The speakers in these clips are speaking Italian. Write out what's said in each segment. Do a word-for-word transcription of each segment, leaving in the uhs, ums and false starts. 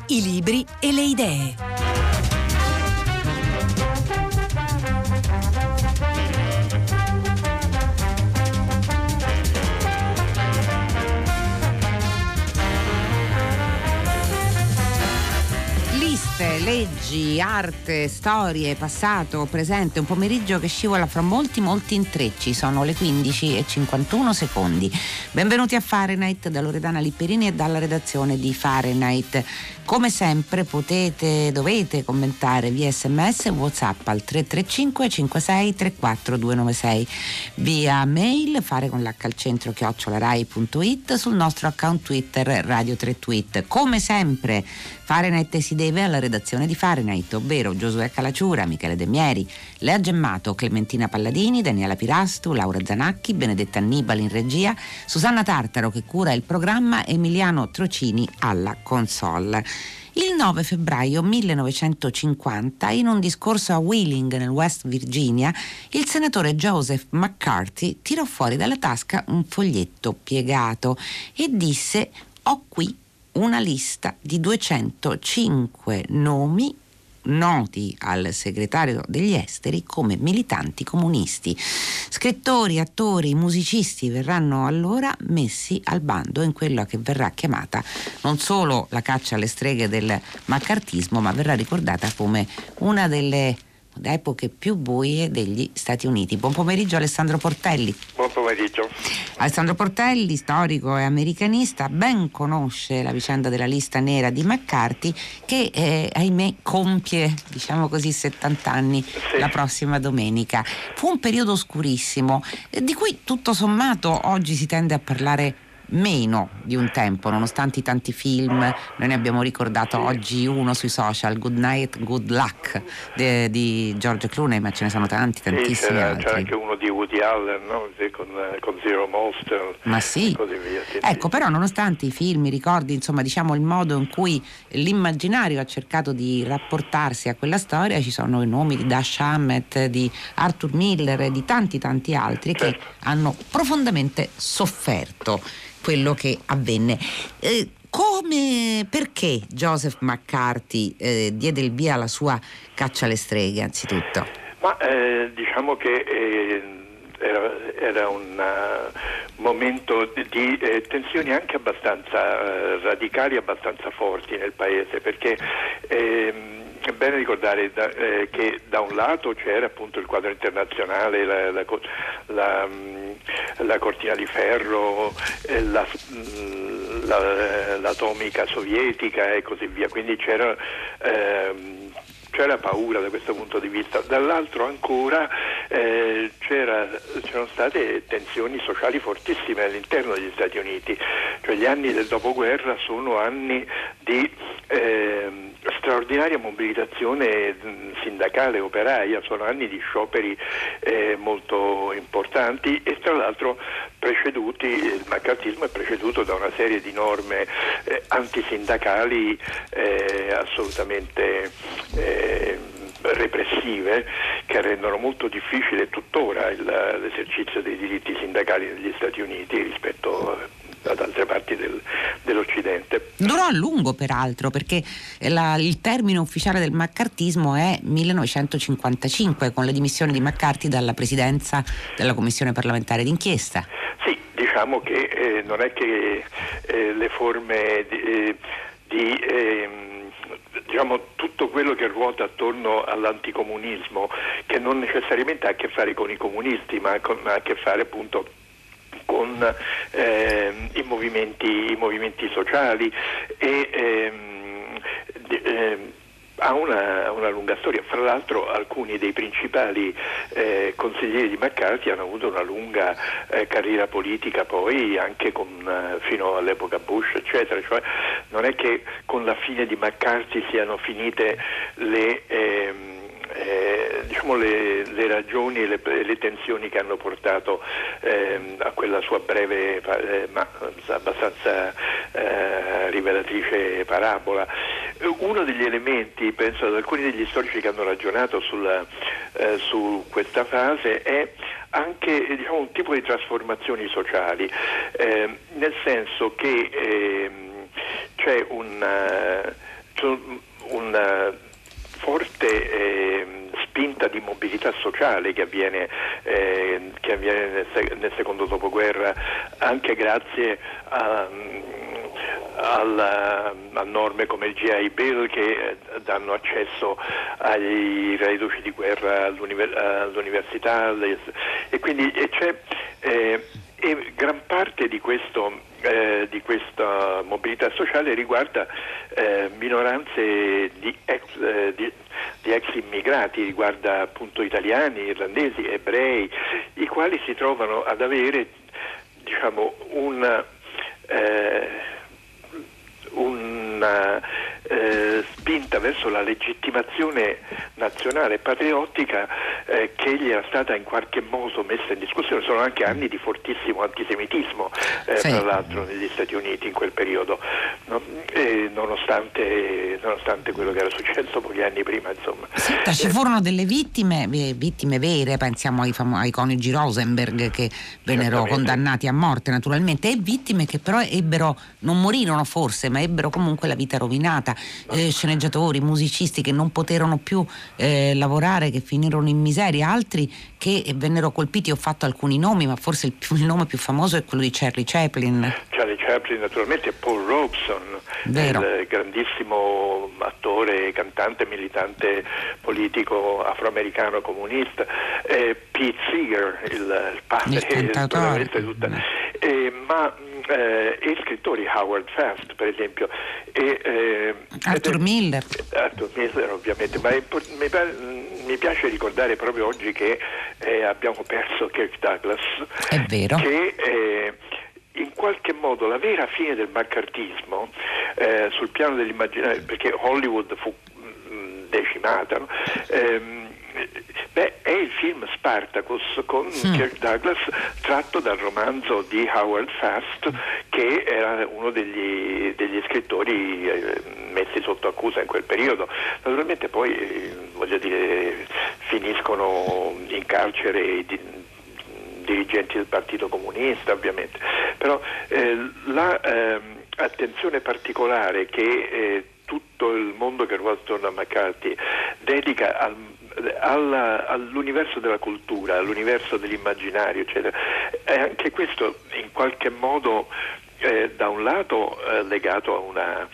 i libri e le idee. Liste, leggi, arte, storie, passato, presente, un pomeriggio che scivola fra molti molti intrecci. Sono le quindici e cinquantuno secondi. Benvenuti a Fahrenheit da Loredana Lipperini e dalla redazione di Fahrenheit. Come sempre potete, dovete commentare via sms e WhatsApp al tre tre cinque cinque sei tre quattro due nove sei, via mail fare con l'H al centro chiocciola rai punto it, sul nostro account Twitter Radio tre Tweet. Come sempre Fahrenheit si deve alla redazione di Fahrenheit, ovvero Giosuè Calacciura, Michele De Mieri, Lea Gemmato, Clementina Palladini, Daniela Pirastu, Laura Zanacchi, Benedetta Annibali in regia, Susanna Tartaro che cura il programma, Emiliano Trocini alla console. Il nove febbraio millenovecentocinquanta, in un discorso a Wheeling nel West Virginia, il senatore Joseph McCarthy tirò fuori dalla tasca un foglietto piegato e disse: "Ho qui una lista di duecentocinque nomi noti al segretario degli esteri come militanti comunisti. Scrittori, attori, musicisti verranno allora messi al bando in quella che verrà chiamata non solo la caccia alle streghe del maccartismo, ma verrà ricordata come una delle epoche più buie degli Stati Uniti". Buon pomeriggio Alessandro Portelli. Buon pomeriggio. Alessandro Portelli, storico e americanista, ben conosce la vicenda della lista nera di McCarthy che eh, ahimè compie, diciamo così, settanta anni sì. la prossima domenica. Fu un periodo oscurissimo eh, di cui tutto sommato oggi si tende a parlare meno di un tempo, nonostante i tanti film. Noi ne abbiamo ricordato oggi uno sui social, Good Night, Good Luck de, di George Clooney, ma ce ne sono tanti, tantissimi sì, c'era, altri. C'era anche uno di Woody Allen, no? con, con Zero Monster, ma sì, e così via. Sì, ecco, però nonostante i film, i ricordi, insomma, diciamo il modo in cui l'immaginario ha cercato di rapportarsi a quella storia, ci sono i nomi di Dash Hammett, di Arthur Miller e di tanti tanti altri certo. che hanno profondamente sofferto quello che avvenne. Eh, come, perché Joseph McCarthy eh, diede il via alla sua caccia alle streghe, anzitutto? Ma eh, diciamo che eh, era, era un uh, momento di, di eh, tensioni anche abbastanza uh, radicali, abbastanza forti nel paese, perché eh, è bene ricordare da, eh, che da un lato c'era appunto il quadro internazionale, la, la, la, la cortina di ferro, eh, la, la, l'atomica sovietica e così via, quindi c'era ehm, c'era paura da questo punto di vista. Dall'altro ancora eh, c'era, c'erano state tensioni sociali fortissime all'interno degli Stati Uniti, cioè gli anni del dopoguerra sono anni di eh, straordinaria mobilitazione sindacale operaia, sono anni di scioperi eh, molto importanti e tra l'altro preceduti, il maccartismo è preceduto da una serie di norme eh, antisindacali eh, assolutamente eh, repressive che rendono molto difficile tuttora il, l'esercizio dei diritti sindacali negli Stati Uniti rispetto ad altre parti del, dell'Occidente. Durò a lungo peraltro, perché la, il termine ufficiale del maccartismo è millenovecentocinquantacinque, con le dimissioni di McCarthy dalla presidenza della commissione parlamentare d'inchiesta. Sì, diciamo che eh, non è che eh, le forme di, eh, di eh, diciamo tutto quello che ruota attorno all'anticomunismo, che non necessariamente ha a che fare con i comunisti, ma, con, ma ha a che fare appunto con eh, i movimenti i movimenti sociali e ehm, eh, ha una, una lunga storia. Fra l'altro alcuni dei principali eh, consiglieri di McCarthy hanno avuto una lunga eh, carriera politica poi anche con, eh, fino all'epoca Bush eccetera, cioè non è che con la fine di McCarthy siano finite le ehm, Eh, diciamo le, le ragioni e le, le tensioni che hanno portato eh, a quella sua breve eh, ma abbastanza eh, rivelatrice parabola. Uno degli elementi, penso ad alcuni degli storici che hanno ragionato sulla, eh, su questa fase, è anche diciamo, un tipo di trasformazioni sociali, eh, nel senso che eh, c'è un una forte eh, spinta di mobilità sociale che avviene, eh, che avviene nel, sec- nel secondo dopoguerra, anche grazie a, a, a norme come il G I Bill che eh, danno accesso ai reduci di guerra all'univer- all'università le, e quindi e c'è eh, e gran parte di questo Eh, di questa mobilità sociale riguarda eh, minoranze di ex, eh, di, di ex immigrati, riguarda appunto italiani, irlandesi, ebrei, i quali si trovano ad avere, diciamo, una, eh, una eh, spinta verso la legittimazione nazionale patriottica eh, che gli era stata in qualche modo messa in discussione. Sono anche anni di fortissimo antisemitismo eh, sì. Tra l'altro negli Stati Uniti in quel periodo, no? E nonostante, nonostante quello che era successo pochi anni prima, insomma. Senta, ci furono delle vittime, vittime vere, pensiamo ai, famo- ai coniugi Rosenberg che vennero Certamente. condannati a morte naturalmente, e vittime che però ebbero, non morirono forse, ma ebbero comunque la vita rovinata. Eh, sceneggiatori, musicisti che non poterono più eh, lavorare, che finirono in miseria, altri che vennero colpiti. Ho fatto alcuni nomi, ma forse il, più, il nome più famoso è quello di Charlie Chaplin. Charlie Chaplin, naturalmente, Paul Robeson, Vero. il grandissimo attore, cantante, militante politico afroamericano comunista, eh, Pete Seeger, il, il padre, il, il protagonista di tutta. Eh, ma eh, e scrittori, Howard Fast per esempio, e, eh, Arthur è, Miller Arthur Miller ovviamente, ma è, mi, mi piace ricordare proprio oggi che eh, abbiamo perso Kirk Douglas, è vero, che eh, in qualche modo la vera fine del maccartismo eh, sul piano dell'immaginario, perché Hollywood fu mh, decimata, no? ehm, Beh, è il film Spartacus con mm. Kirk Douglas, tratto dal romanzo di Howard Fast, che era uno degli, degli scrittori eh, messi sotto accusa in quel periodo. Naturalmente poi, eh, voglio dire, finiscono in carcere i di, dirigenti del Partito Comunista, ovviamente. Però eh, la eh, attenzione particolare che eh, tutto il mondo che ruota attorno a McCarthy dedica al Alla, all'universo della cultura, all'universo dell'immaginario, eccetera. E anche questo in qualche modo eh, da un lato eh, legato a una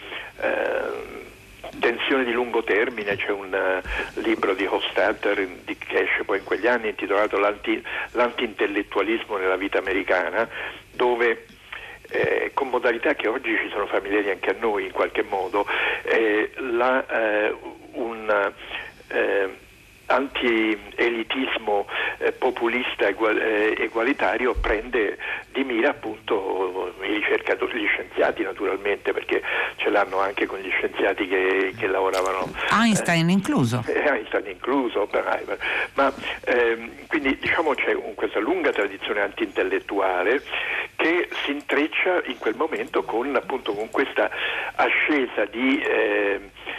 eh, tensione di lungo termine. C'è un uh, libro di Hofstadter di che esce poi in quegli anni intitolato L'anti, L'anti-intellettualismo nella vita americana, dove eh, con modalità che oggi ci sono familiari anche a noi in qualche modo, eh, la, eh, un eh, anti-elitismo eh, populista egual, eh, egualitario prende di mira appunto i ricercatori, gli scienziati naturalmente, perché ce l'hanno anche con gli scienziati che, che lavoravano, Einstein eh, incluso eh, Einstein incluso, Oppenheimer. Ma ehm, quindi diciamo c'è un, questa lunga tradizione anti-intellettuale che si intreccia in quel momento con appunto con questa ascesa di eh,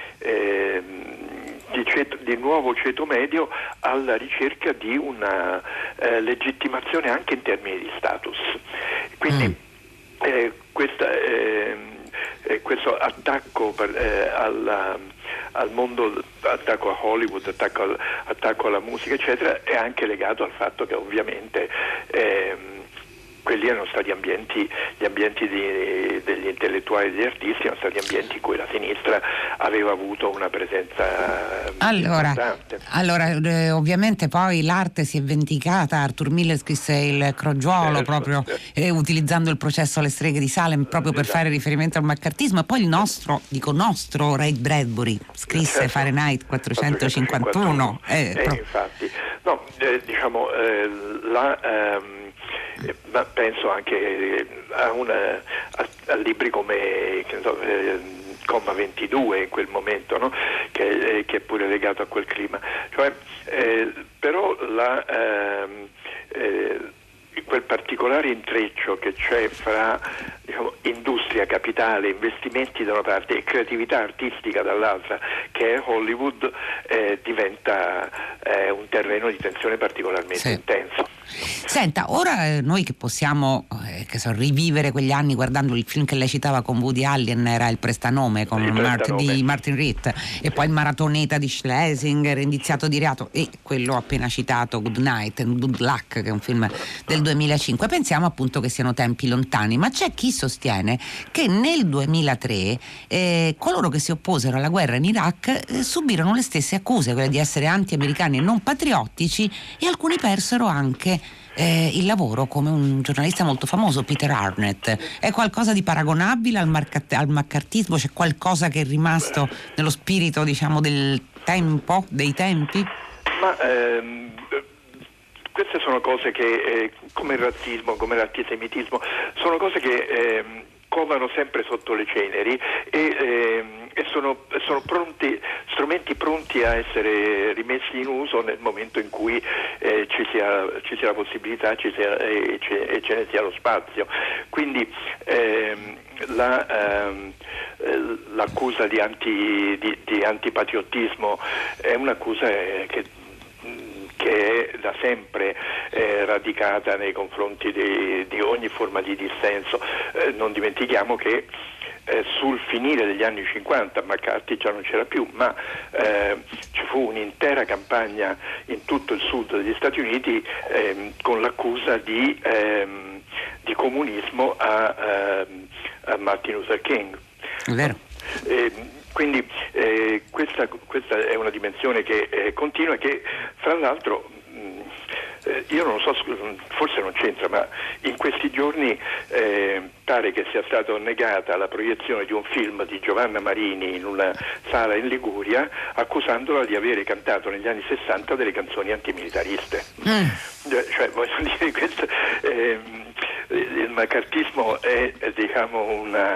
eh, Di, ceto, di nuovo ceto medio alla ricerca di una eh, legittimazione anche in termini di status. Quindi mm. eh, questa, eh, eh, questo attacco per, eh, alla, al mondo, attacco a Hollywood, attacco, al, attacco alla musica eccetera, è anche legato al fatto che ovviamente eh, quelli erano stati ambienti, gli ambienti di, degli intellettuali e degli artisti erano stati ambienti in cui la sinistra aveva avuto una presenza allora, importante. Allora, eh, ovviamente poi l'arte si è vendicata. Arthur Miller scrisse il Crogiuolo eh, proprio eh, utilizzando il processo alle streghe di Salem proprio per esatto. fare riferimento al maccartismo, e poi il nostro, dico nostro, Ray Bradbury scrisse certo. Fahrenheit quattrocentocinquantuno. Eh, eh, infatti, no, eh, diciamo eh, la ehm, ma penso anche a, una, a, a libri come che so, eh, Comma ventidue in quel momento, no? che, eh, che è pure legato a quel clima. Cioè, eh, però la, ehm, eh, quel particolare intreccio che c'è fra diciamo, industria, capitale, investimenti da una parte e creatività artistica dall'altra, che è Hollywood, eh, diventa eh, un terreno di tensione particolarmente sì. intenso. Senta, ora eh, noi che possiamo eh, che so, rivivere quegli anni guardando il film che lei citava con Woody Allen, era Il Prestanome con il Martin, prestanome. di Martin Ritt, e poi Il Maratoneta di Schlesinger, Indiziato di reato, e quello appena citato Good Night and Good Luck, che è un film del duemilacinque. Pensiamo appunto che siano tempi lontani, ma c'è chi sostiene che nel duemilatré eh, coloro che si opposero alla guerra in Iraq eh, subirono le stesse accuse, quelle di essere anti-americani e non patriottici, e alcuni persero anche eh, il lavoro, come un giornalista molto famoso, Peter Arnett. È qualcosa di paragonabile al, marca- al maccartismo? C'è qualcosa che è rimasto nello spirito, diciamo, del tempo, dei tempi? Ma ehm, queste sono cose che, eh, come il razzismo, come l'antisemitismo, sono cose che ehm, covano sempre sotto le ceneri e, ehm, e sono, sono pronti, strumenti pronti a essere rimessi in uso nel momento in cui eh, ci sia, ci sia la possibilità ci sia, e, ce, e ce ne sia lo spazio. Quindi ehm, la, ehm, l'accusa di, anti, di, di antipatriottismo è un'accusa che che è da sempre eh, radicata nei confronti di, di ogni forma di dissenso. Eh, non dimentichiamo che eh, sul finire degli anni cinquanta McCarthy già non c'era più, ma eh, ci fu un'intera campagna in tutto il sud degli Stati Uniti eh, con l'accusa di, eh, di comunismo a, eh, a Martin Luther King. È vero. Eh, Quindi eh, questa, questa è una dimensione che eh, continua, che fra l'altro mh, eh, io non so, forse non c'entra, ma in questi giorni eh, pare che sia stata negata la proiezione di un film di Giovanna Marini in una sala in Liguria, accusandola di avere cantato negli anni sessanta delle canzoni antimilitariste. Mm. Cioè, voglio dire, questo, eh, il maccartismo è, è diciamo una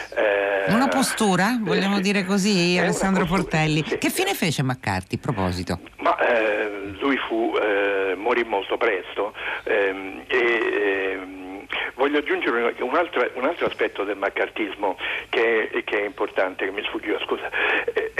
eh, una postura, vogliamo eh, dire così, Alessandro Portelli. Sì. Che fine fece McCarthy, a proposito? Ma eh, lui fu eh, morì molto presto ehm, e ehm, voglio aggiungere un altro, un altro aspetto del maccartismo che è, che è importante, che mi sfuggiva, scusa. Eh,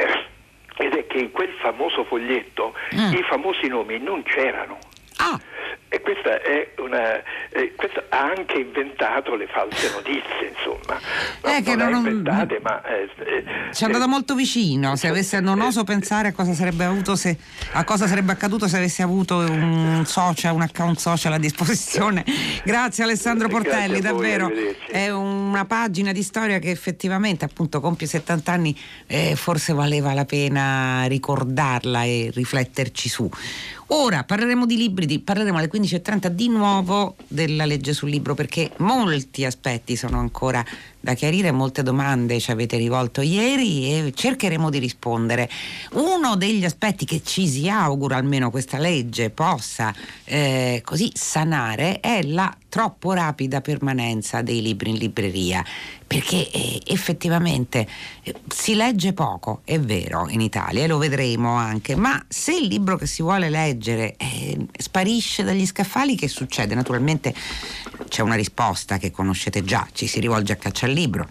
ed è che in quel famoso foglietto mm. i famosi nomi non c'erano. Ah. E questa è una eh, questo ha anche inventato le false notizie, insomma. Non, eh, che non non, ha inventate, ma eh, eh, ci è andato eh, molto vicino. Se avesse, non oso pensare a cosa sarebbe avuto se a cosa sarebbe accaduto se avesse avuto un social, un account social a disposizione. Grazie Alessandro Portelli, Grazie voi, davvero è una pagina di storia che effettivamente appunto compie settanta anni, eh, forse valeva la pena ricordarla e rifletterci su. Ora parleremo di libri, di, parleremo alle quindici e trenta di nuovo della legge sul libro, perché molti aspetti sono ancora da chiarire, molte domande ci avete rivolto ieri e cercheremo di rispondere. Uno degli aspetti che ci si augura almeno questa legge possa eh, così sanare è la troppo rapida permanenza dei libri in libreria, perché eh, effettivamente eh, si legge poco, è vero, in Italia, e lo vedremo anche, ma se il libro che si vuole leggere eh, sparisce dagli scaffali, che succede? Naturalmente c'è una risposta che conoscete già, ci si rivolge a Caccia al Libro.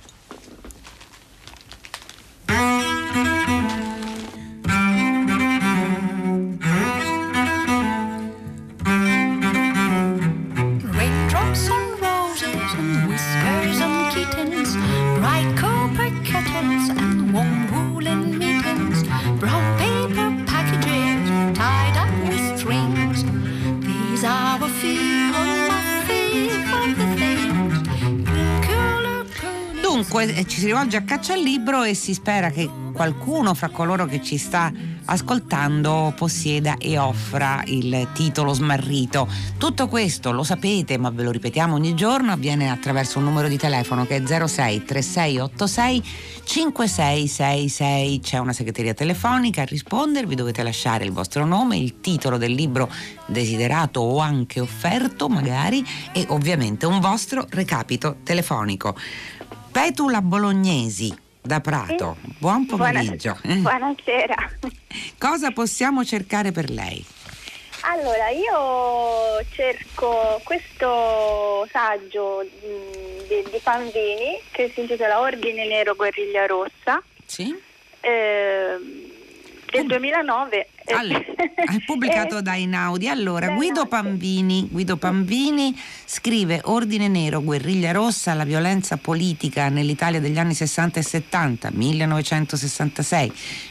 Dunque ci si rivolge a Caccia al Libro e si spera che qualcuno fra coloro che ci sta ascoltando possieda e offra il titolo smarrito. Tutto questo lo sapete, ma ve lo ripetiamo ogni giorno, avviene attraverso un numero di telefono che è zero sei tre sei otto sei cinque sei sei sei. C'è una segreteria telefonica a rispondervi, dovete lasciare il vostro nome, il titolo del libro desiderato o anche offerto magari, e ovviamente un vostro recapito telefonico. Petula Bolognesi da Prato, sì. Buon pomeriggio. Buonasera. Cosa possiamo cercare per lei? Allora, io cerco questo saggio di, di Panvini che si intitola Ordine Nero Guerriglia Rossa. Sì. Eh, del duemilanove. Allora, è pubblicato da Einaudi. Allora, Guido Pambini, Guido Pambini scrive Ordine Nero, guerriglia rossa, la violenza politica nell'Italia degli anni sessanta e settanta, millenovecentosessantasei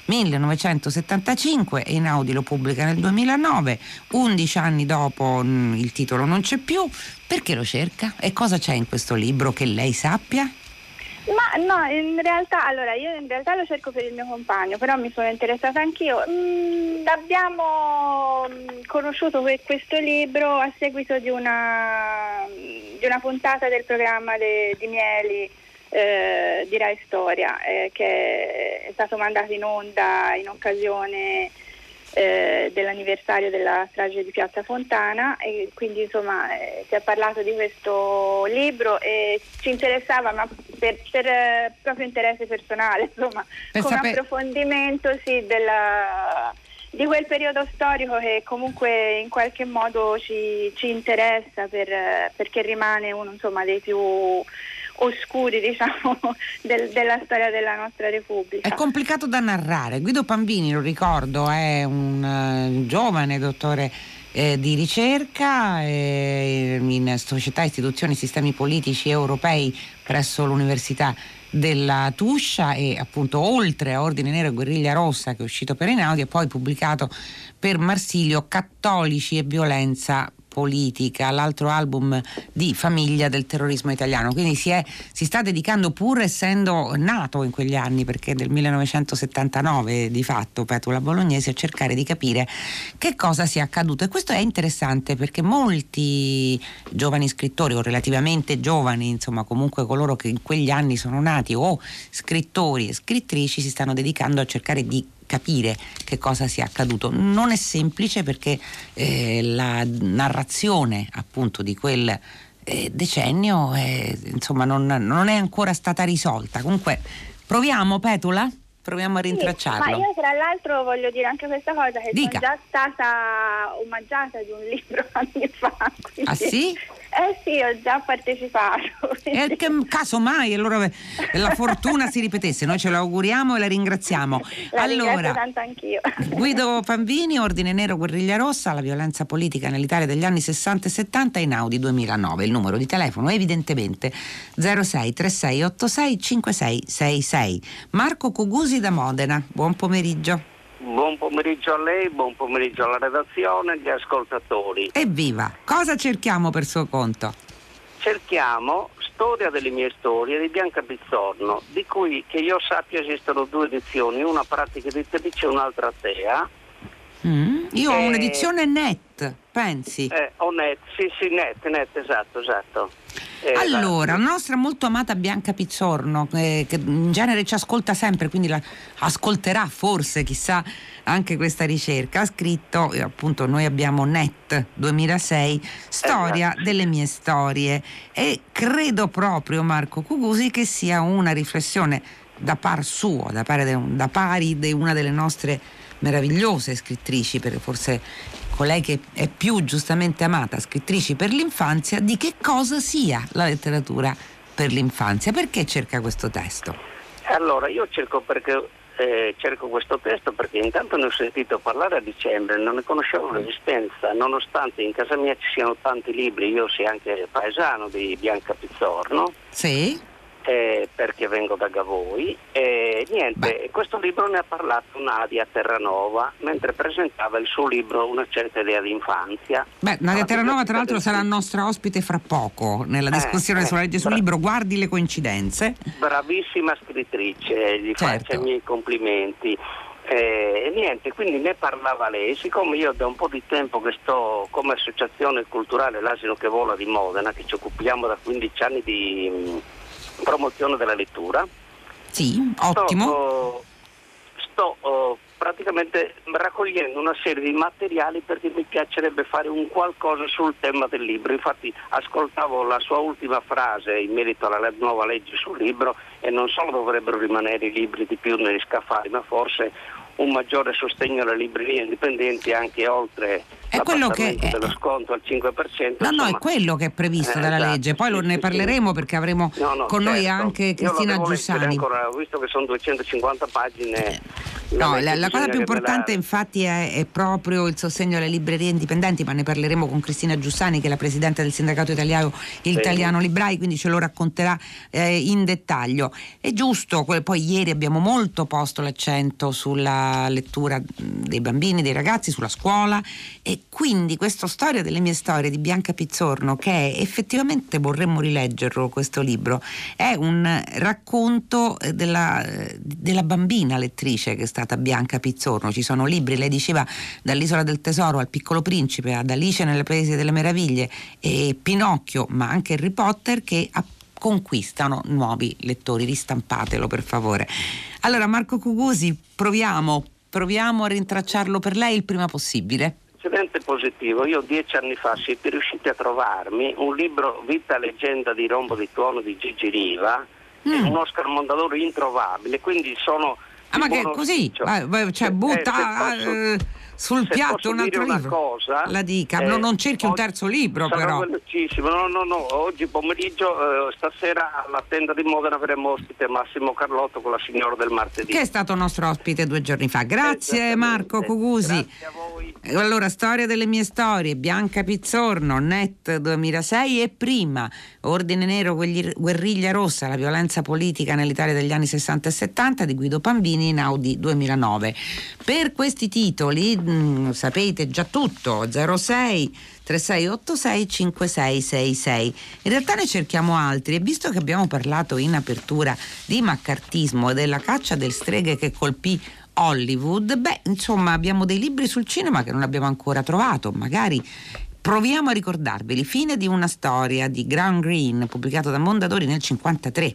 millenovecentosettantacinque. Einaudi lo pubblica nel duemilanove, undici anni dopo mh, il titolo non c'è più. Perché lo cerca? E cosa c'è in questo libro che lei sappia? Ma no, in realtà, allora io in realtà lo cerco per il mio compagno, però mi sono interessata anch'io. Mm, abbiamo conosciuto que- questo libro a seguito di una, di una puntata del programma de- di Mieli eh, di Rai Storia, eh, che è stato mandato in onda in occasione Eh, dell'anniversario della strage di Piazza Fontana, e quindi insomma eh, si è parlato di questo libro e ci interessava, ma per, per eh, proprio interesse personale, insomma, per come saper... approfondimento sì, della, di quel periodo storico che comunque in qualche modo ci, ci interessa per, perché rimane uno insomma dei più oscuri, diciamo, del, della storia della nostra Repubblica. È complicato da narrare. Guido Pambini, lo ricordo, è un uh, giovane dottore eh, di ricerca eh, in società, istituzioni e sistemi politici europei presso l'Università della Tuscia, e appunto oltre a Ordine Nero e Guerriglia Rossa, che è uscito per Einaudi, ha poi pubblicato per Marsilio Cattolici e violenza politica, l'altro album di famiglia del terrorismo italiano. Quindi si, è, si sta dedicando, pur essendo nato in quegli anni, perché del millenovecentosettantanove di fatto Petula Bolognesi, a cercare di capire che cosa sia accaduto. E questo è interessante perché molti giovani scrittori, o relativamente giovani, insomma comunque coloro che in quegli anni sono nati, o scrittori e scrittrici, si stanno dedicando a cercare di capire che cosa sia accaduto. Non è semplice perché eh, la narrazione appunto di quel eh, decennio è, insomma non, non è ancora stata risolta. Comunque proviamo, Petula? Proviamo a rintracciarlo. Sì, ma io tra l'altro voglio dire anche questa cosa, che Dica. sono già stata omaggiata di un libro anni fa. Quindi... Ah sì? Eh sì, ho già partecipato. E che caso mai allora la fortuna si ripetesse. Noi ce lo auguriamo e la ringraziamo. La allora, ringrazio tanto anch'io. Guido Pambini, Ordine Nero, Guerriglia Rossa, la violenza politica nell'Italia degli anni sessanta e settanta, Einaudi duemilanove. Il numero di telefono è evidentemente zero sei tre sei otto sei cinque sei sei sei. Marco Cugusi da Modena, buon pomeriggio. Buon pomeriggio a lei, buon pomeriggio alla redazione e agli ascoltatori. Evviva! Cosa cerchiamo per suo conto? Cerchiamo Storia delle mie storie di Bianca Pizzorno, di cui che io sappia esistono due edizioni, una pratica editrice e un'altra Tea. Mm, io eh, ho un'edizione net, pensi? Eh, o net, sì sì, net, net, esatto, esatto. Eh, Allora, la nostra molto amata Bianca Pizzorno, eh, che in genere ci ascolta sempre, quindi la ascolterà forse, chissà, anche questa ricerca, ha scritto, eh, appunto noi abbiamo Net duemilasei, Storia esatto. delle mie storie, e credo proprio, Marco Cugusi, che sia una riflessione da par suo, da pari, de, da pari di una delle nostre meravigliose scrittrici, perché forse colei che è più giustamente amata, scrittrici per l'infanzia, di che cosa sia la letteratura per l'infanzia. Perché cerca questo testo? Allora, io cerco perché eh, cerco questo testo perché intanto ne ho sentito parlare a dicembre, non ne conoscevo l'esistenza, nonostante in casa mia ci siano tanti libri, io sia anche paesano di Bianca Pizzorno. Sì. Eh, perché vengo da Gavoi e niente, Beh. questo libro ne ha parlato Nadia Terranova mentre presentava il suo libro Una certa idea di infanzia. Beh, Nadia Terranova tra l'altro sarà nostra ospite fra poco nella discussione eh, eh, sulla legge sul bra- libro, guardi le coincidenze. Bravissima scrittrice, gli certo. faccio i miei complimenti. E eh, niente, quindi ne parlava lei. Siccome io da un po' di tempo che sto come associazione culturale L'Asino che Vola di Modena, che ci occupiamo da quindici anni di mh, promozione della lettura. Sì, ottimo. Sto, sto uh, praticamente raccogliendo una serie di materiali perché mi piacerebbe fare un qualcosa sul tema del libro. Infatti ascoltavo la sua ultima frase in merito alla nuova legge sul libro e non solo dovrebbero rimanere i libri di più negli scaffali, ma forse un maggiore sostegno alle librerie indipendenti anche oltre è quello che è, dello sconto al cinque per cento. No, insomma. no, è quello che è previsto eh, dalla esatto, legge. Poi sì, lo, ne sì, parleremo sì. perché avremo no, no, con certo. noi anche Cristina Io Giussani. ancora, ho visto che sono duecentocinquanta pagine No, la, la cosa più importante la... infatti è, è proprio il sostegno alle librerie indipendenti, ma ne parleremo con Cristina Giussani, che è la presidente del sindacato italiano Italiano Librai, quindi ce lo racconterà eh, in dettaglio. È giusto, poi ieri abbiamo molto posto l'accento sulla lettura dei bambini, dei ragazzi, sulla scuola, e quindi questa storia delle mie storie di Bianca Pizzorno, che è, effettivamente vorremmo rileggerlo questo libro, è un racconto della, della bambina lettrice che è stata Bianca Pizzorno. Ci sono libri, lei diceva, dall'Isola del Tesoro al Piccolo Principe, ad Alice nel Paese delle Meraviglie e Pinocchio, ma anche Harry Potter, che conquistano nuovi lettori. Ristampatelo per favore. Allora, Marco Cucusi, proviamo proviamo a rintracciarlo per lei il prima possibile. Eccellente, positivo. Io dieci anni fa siete riusciti a trovarmi un libro, Vita leggenda di Rombo di Tuono di Gigi Riva, mm. un Oscar Mondadori introvabile, quindi sono... Ah, ma che così? Cioè, cioè butta eh, posso, sul piatto un altro libro? Cosa, la dica, eh, non cerchi un terzo libro però. Velocissimo, no, no, no, oggi pomeriggio, eh, stasera alla tenda di Modena avremo ospite Massimo Carlotto con la signora del martedì. Che è stato nostro ospite due giorni fa. Grazie Marco Cucusi. Grazie a voi. Allora, Storia delle mie storie, Bianca Pizzorno, Net duemilasei e prima, Ordine Nero, Guerriglia Rossa, la violenza politica nell'Italia degli anni sessanta e settanta di Guido Pambini, in Audi duemilanove. Per questi titoli mh, sapete già tutto. Zero sei tre sei otto sei cinque sei sei sei. In realtà ne cerchiamo altri, e visto che abbiamo parlato in apertura di maccartismo e della caccia del streghe che colpì Hollywood, beh, insomma, abbiamo dei libri sul cinema che non abbiamo ancora trovato. Magari proviamo a ricordarveli. Fine di una storia di Graham Greene, pubblicato da Mondadori nel cinquantatré.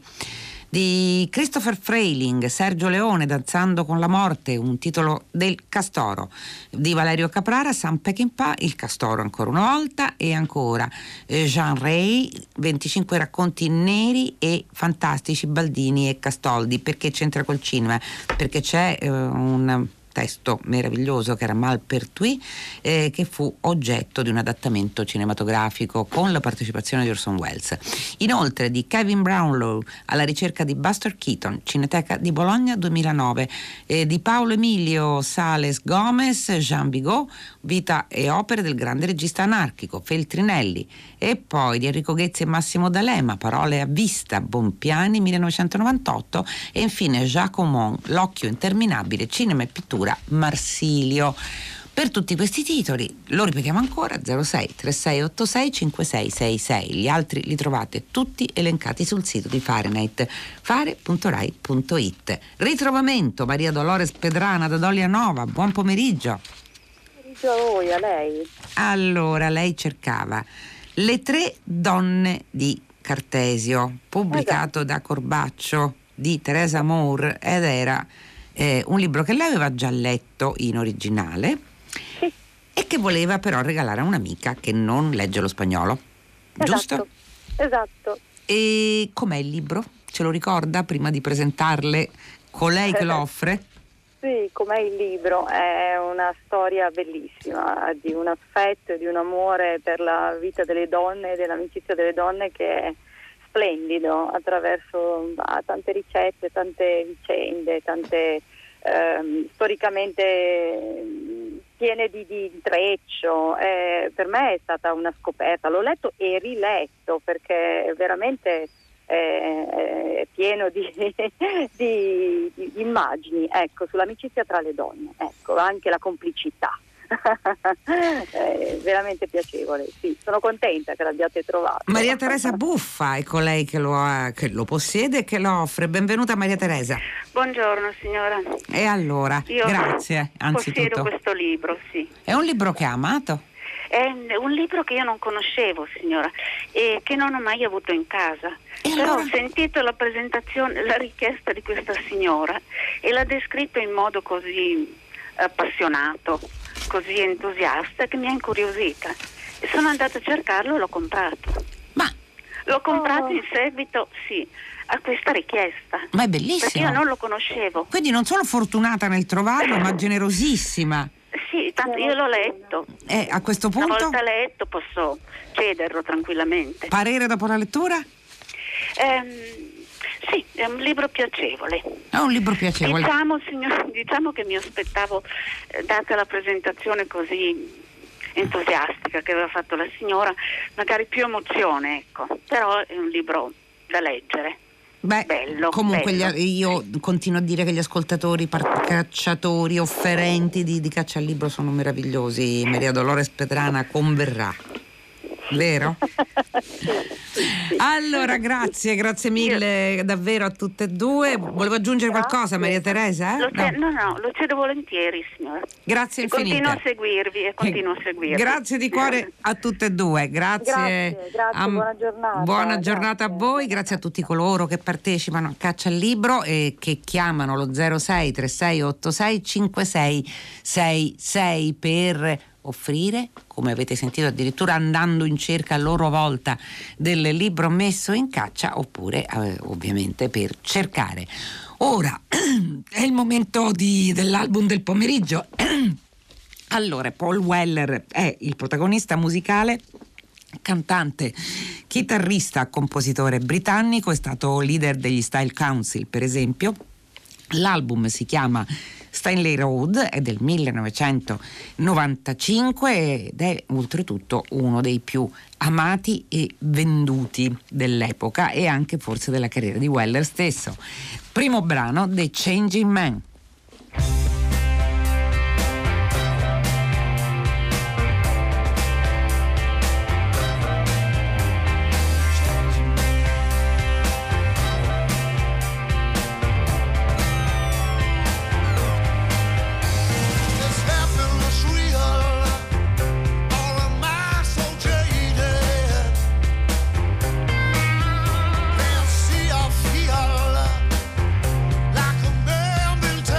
Di Christopher Frayling, Sergio Leone, Danzando con la morte, un titolo del Castoro. Di Valerio Caprara, Sam Peckinpah, Il Castoro ancora una volta, e ancora eh, Jean Rey, venticinque racconti neri e fantastici, Baldini e Castoldi. Perché c'entra col cinema? Perché c'è eh, un testo meraviglioso che era Malpertuis, eh, che fu oggetto di un adattamento cinematografico con la partecipazione di Orson Welles. Inoltre di Kevin Brownlow, Alla ricerca di Buster Keaton, Cineteca di Bologna duemilanove, eh, di Paolo Emilio Sales Gomez, Jean Vigo, Vita e opere del grande regista anarchico Feltrinelli, e poi di Enrico Ghezzi e Massimo D'Alema, Parole a vista, Bompiani millenovecentonovantotto, e infine Giacomo, L'occhio interminabile, cinema e pittura, Marsilio. Per tutti questi titoli, lo ripetiamo ancora, zero sei tre sei otto sei cinque sei sei sei. Gli altri li trovate tutti elencati sul sito di Fahrenheit, fare punto rai punto it. Ritrovamento, Maria Dolores Pedrana da Dolia Nova, buon pomeriggio. Pomeriggio a voi, a lei. Allora, lei cercava Le tre donne di Cartesio, pubblicato esatto. da Corbaccio, di Teresa Moore, ed era eh, un libro che lei aveva già letto in originale, sì. e che voleva però regalare a un'amica che non legge lo spagnolo, esatto. giusto? Esatto. E com'è il libro? Ce lo ricorda prima di presentarle colei che lo offre? Sì, com'è il libro? È una storia bellissima di un affetto e di un amore per la vita delle donne e dell'amicizia delle donne che è splendido, attraverso ah, tante ricette, tante vicende, tante ehm, storicamente piene di, di intreccio. Eh, per me è stata una scoperta, l'ho letto e riletto perché è veramente è pieno di, di, di immagini, ecco, sull'amicizia tra le donne, ecco, anche la complicità. È veramente piacevole, sì, sono contenta che l'abbiate trovato. Maria Teresa Buffa è colei che lo, ha, che lo possiede e che lo offre. Benvenuta Maria Teresa. Buongiorno signora. E allora, Io grazie anzitutto. Possiedo questo libro, sì. È un libro che ha amato? È un libro che io non conoscevo, signora, e che non ho mai avuto in casa. E Però allora? ho sentito la presentazione, la richiesta di questa signora e l'ha descritto in modo così appassionato, così entusiasta, che mi ha incuriosita. E sono andata a cercarlo e l'ho comprato. Ma? L'ho comprato Oh. in seguito, sì, a questa richiesta. Ma è bellissimo. Perché io non lo conoscevo. Quindi non solo fortunata nel trovarlo, ma generosissima. Sì, tanto io l'ho letto. E a questo Una punto, volta letto posso cederlo tranquillamente. parere dopo la lettura? Ehm, Sì, è un libro piacevole. È un libro piacevole. Diciamo, signor, diciamo che mi aspettavo, eh, data la presentazione così entusiastica che aveva fatto la signora, magari più emozione, ecco. Però è un libro da leggere. Beh, bello, comunque bello. Gli, io continuo a dire che gli ascoltatori par- cacciatori offerenti di, di Caccia al Libro sono meravigliosi. Maria Dolores Petrana converrà, vero? sì, sì. Allora, grazie, grazie mille davvero a tutte e due. Volevo aggiungere Grazie. qualcosa, Maria Teresa? Eh? Lo No. ce- no, no, lo cedo volentieri, signora. Grazie E infinite. continuo a seguirvi e continuo a seguirvi. Grazie di cuore a tutte e due. Grazie. Grazie, grazie, a- buona giornata. Buona giornata Grazie. a voi, grazie a tutti coloro che partecipano a Caccia al Libro e che chiamano lo zero sei tre sei otto sei cinque sei sei sei per offrire, come avete sentito, addirittura andando in cerca a loro volta del libro messo in caccia, oppure eh, ovviamente per cercare. Ora è il momento di, dell'album del pomeriggio. Allora, Paul Weller è il protagonista musicale, cantante, chitarrista, compositore britannico, è stato leader degli Style Council, per esempio. L'album si chiama Stanley Road, è del millenovecentonovantacinque ed è oltretutto uno dei più amati e venduti dell'epoca e anche forse della carriera di Weller stesso. Primo brano, The Changing Man. Like a man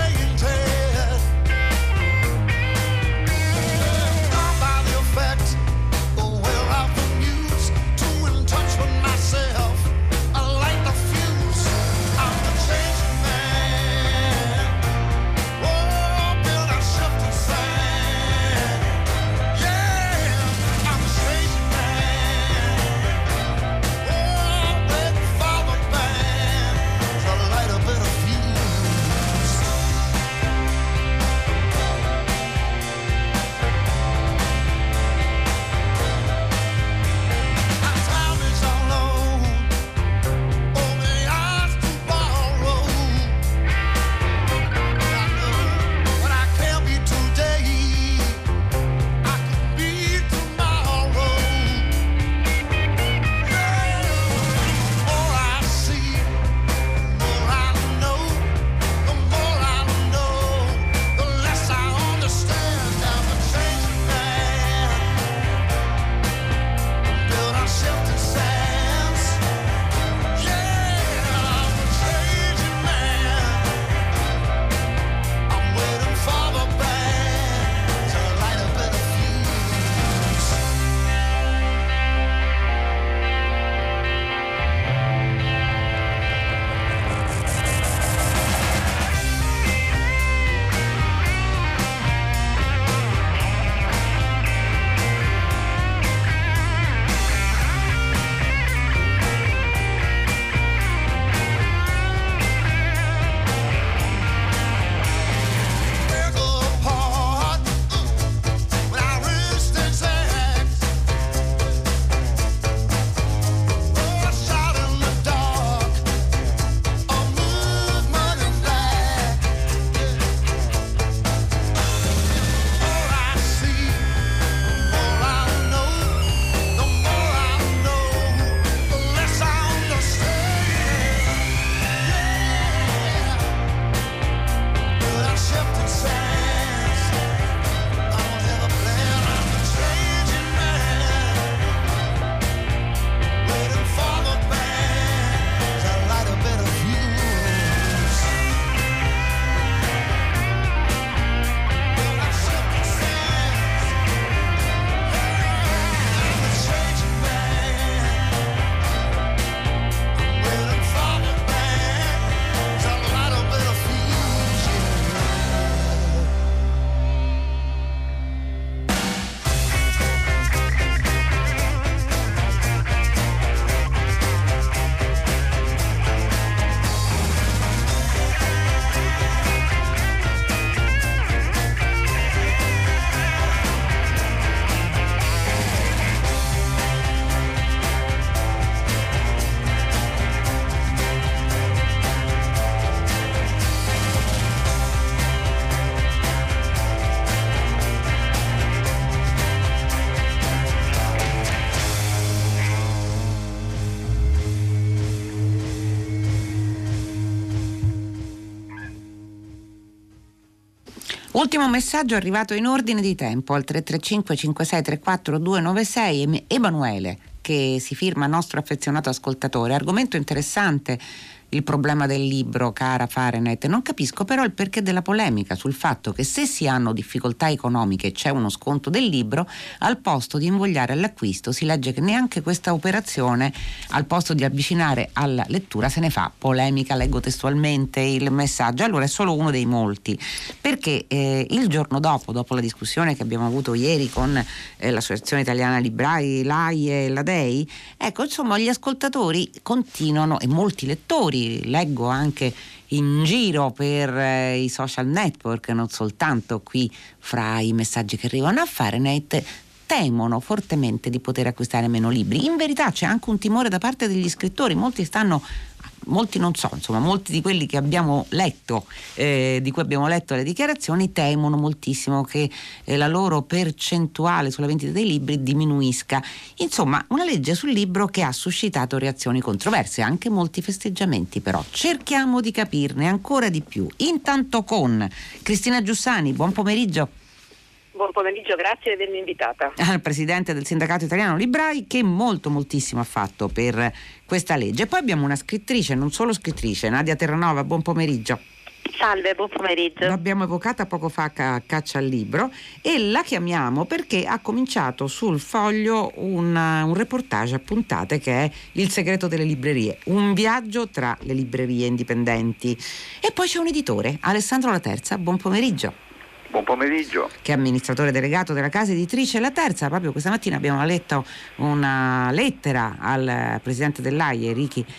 Ultimo messaggio arrivato in ordine di tempo al tre tre cinque cinque sei tre quattro due nove sei. Emanuele, che si firma nostro affezionato ascoltatore. Argomento interessante, il problema del libro, cara Fahrenheit. Non capisco però il perché della polemica sul fatto che se si hanno difficoltà economiche e c'è uno sconto del libro, al posto di invogliare all'acquisto si legge che neanche questa operazione, al posto di avvicinare alla lettura, se ne fa. Polemica, leggo testualmente il messaggio. Allora è solo uno dei molti, perché eh, il giorno dopo, dopo la discussione che abbiamo avuto ieri con eh, l'Associazione Italiana Librai, l'A I e la D E I, ecco, insomma, gli ascoltatori continuano, e molti lettori, leggo anche in giro per eh, i social network, non soltanto qui fra i messaggi che arrivano a Fahrenheit, temono fortemente di poter acquistare meno libri. In verità c'è anche un timore da parte degli scrittori, molti stanno molti non so, insomma, molti di quelli che abbiamo letto, eh, di cui abbiamo letto le dichiarazioni, temono moltissimo che eh, la loro percentuale sulla vendita dei libri diminuisca. Insomma, una legge sul libro che ha suscitato reazioni controverse, anche molti festeggiamenti, però cerchiamo di capirne ancora di più. Intanto con Cristina Giussani, buon pomeriggio. Buon pomeriggio, grazie di avermi invitata. Al presidente del Sindacato Italiano Librai, che molto moltissimo ha fatto per questa legge. Poi abbiamo una scrittrice, non solo scrittrice, Nadia Terranova, buon pomeriggio. Salve, buon pomeriggio. L'abbiamo evocata poco fa a Caccia al Libro e la chiamiamo perché ha cominciato sul Foglio un, un reportage a puntate che è Il segreto delle librerie, un viaggio tra le librerie indipendenti. E poi c'è un editore, Alessandro La Terza, buon pomeriggio. Buon pomeriggio. Che è amministratore delegato della casa editrice La Terza. Proprio questa mattina abbiamo letto una lettera al presidente dell'A I E, Ricky,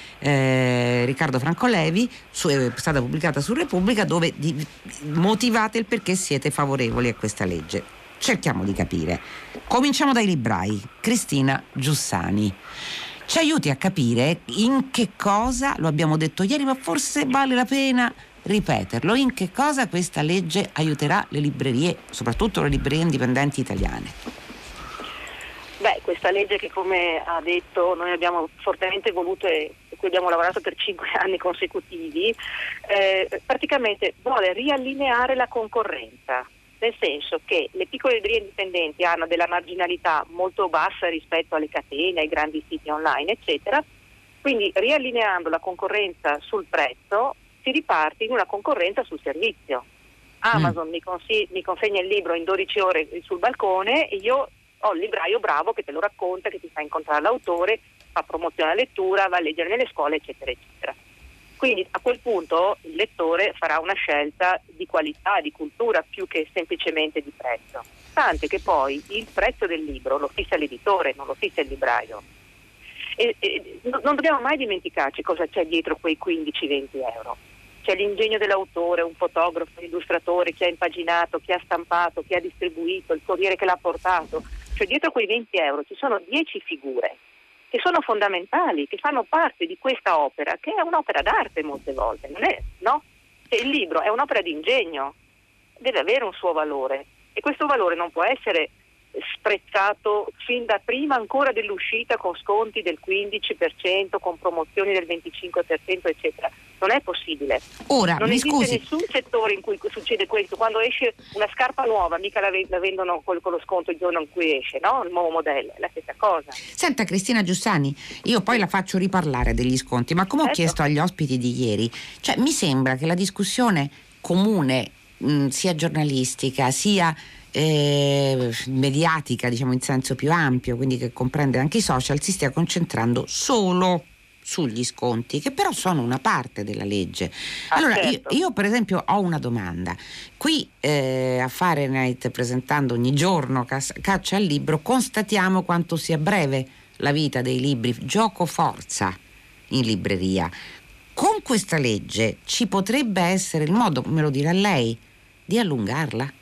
eh, Riccardo Francolevi, su, è stata pubblicata su Repubblica, dove di, motivate il perché siete favorevoli a questa legge. Cerchiamo di capire. Cominciamo dai librai. Cristina Giussani, ci aiuti a capire in che cosa, lo abbiamo detto ieri, ma forse vale la pena ripeterlo, in che cosa questa legge aiuterà le librerie, soprattutto le librerie indipendenti italiane? Beh, questa legge che, come ha detto, noi abbiamo fortemente voluto e su cui abbiamo lavorato per cinque anni consecutivi, eh, praticamente vuole riallineare la concorrenza, nel senso che le piccole librerie indipendenti hanno della marginalità molto bassa rispetto alle catene, ai grandi siti online, eccetera, quindi riallineando la concorrenza sul prezzo si riparte in una concorrenza sul servizio. Amazon mm. mi, consi- mi consegna il libro in dodici ore sul balcone e io ho il libraio bravo che te lo racconta, che ti fa incontrare l'autore, fa promozione alla lettura, va a leggere nelle scuole, eccetera, eccetera. Quindi a quel punto il lettore farà una scelta di qualità, di cultura, più che semplicemente di prezzo. Tant'è che poi il prezzo del libro lo fissa l'editore, non lo fissa il libraio. E, e non dobbiamo mai dimenticarci cosa c'è dietro quei quindici venti euro. C'è l'ingegno dell'autore, un fotografo, un illustratore, chi ha impaginato, chi ha stampato, chi ha distribuito, il corriere che l'ha portato. Cioè dietro quei venti euro ci sono dieci figure che sono fondamentali, che fanno parte di questa opera, che è un'opera d'arte molte volte, non è, no? E il libro è un'opera di ingegno, deve avere un suo valore e questo valore non può essere sprezzato fin da prima ancora dell'uscita con sconti del quindici per cento, con promozioni del venticinque per cento, eccetera. Non è possibile. Ora, non mi esiste scusi. nessun settore in cui succede questo. Quando esce una scarpa nuova, mica la, la vendono con, con lo sconto il giorno in cui esce, no? Il nuovo modello, è la stessa cosa. Senta Cristina Giussani, io poi la faccio riparlare degli sconti, ma come ho certo. chiesto agli ospiti di ieri, cioè mi sembra che la discussione comune, mh, sia giornalistica, sia Eh, mediatica, diciamo in senso più ampio, quindi che comprende anche i social, si stia concentrando solo sugli sconti, che però sono una parte della legge. Ah, allora certo. io, io per esempio ho una domanda. Qui eh, a Fahrenheit, presentando ogni giorno cas- Caccia al Libro, constatiamo quanto sia breve la vita dei libri, gioco forza in libreria. Con questa legge ci potrebbe essere il modo, me lo dirà lei, di allungarla?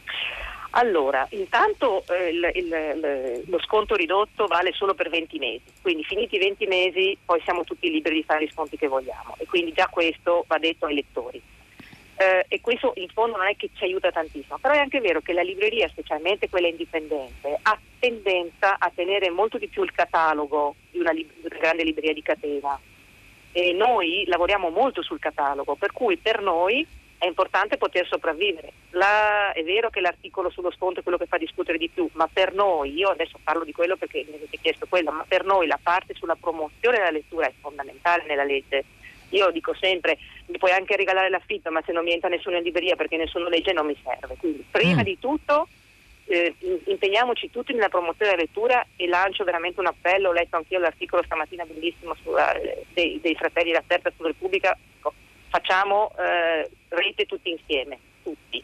Allora, intanto eh, il, il, il, lo sconto ridotto vale solo per venti mesi, quindi finiti i venti mesi poi siamo tutti liberi di fare gli sconti che vogliamo e quindi già questo va detto ai lettori. Eh, e questo in fondo non è che ci aiuta tantissimo, però è anche vero che la libreria, specialmente quella indipendente, ha tendenza a tenere molto di più il catalogo di una, lib- di una grande libreria di catena e noi lavoriamo molto sul catalogo, per cui per noi è importante poter sopravvivere. La, è vero che l'articolo sullo sconto è quello che fa discutere di più, ma per noi, io adesso parlo di quello perché mi avete chiesto quello, ma per noi la parte sulla promozione della lettura è fondamentale nella legge. Io dico sempre, mi puoi anche regalare l'affitto, ma se non mi entra nessuno in libreria perché nessuno legge non mi serve. Quindi prima mm. di tutto eh, impegniamoci tutti nella promozione della lettura, e lancio veramente un appello. Ho letto anch'io l'articolo stamattina bellissimo sulla, eh, dei, dei fratelli La Terza su Repubblica. Facciamo eh, rete tutti insieme, tutti,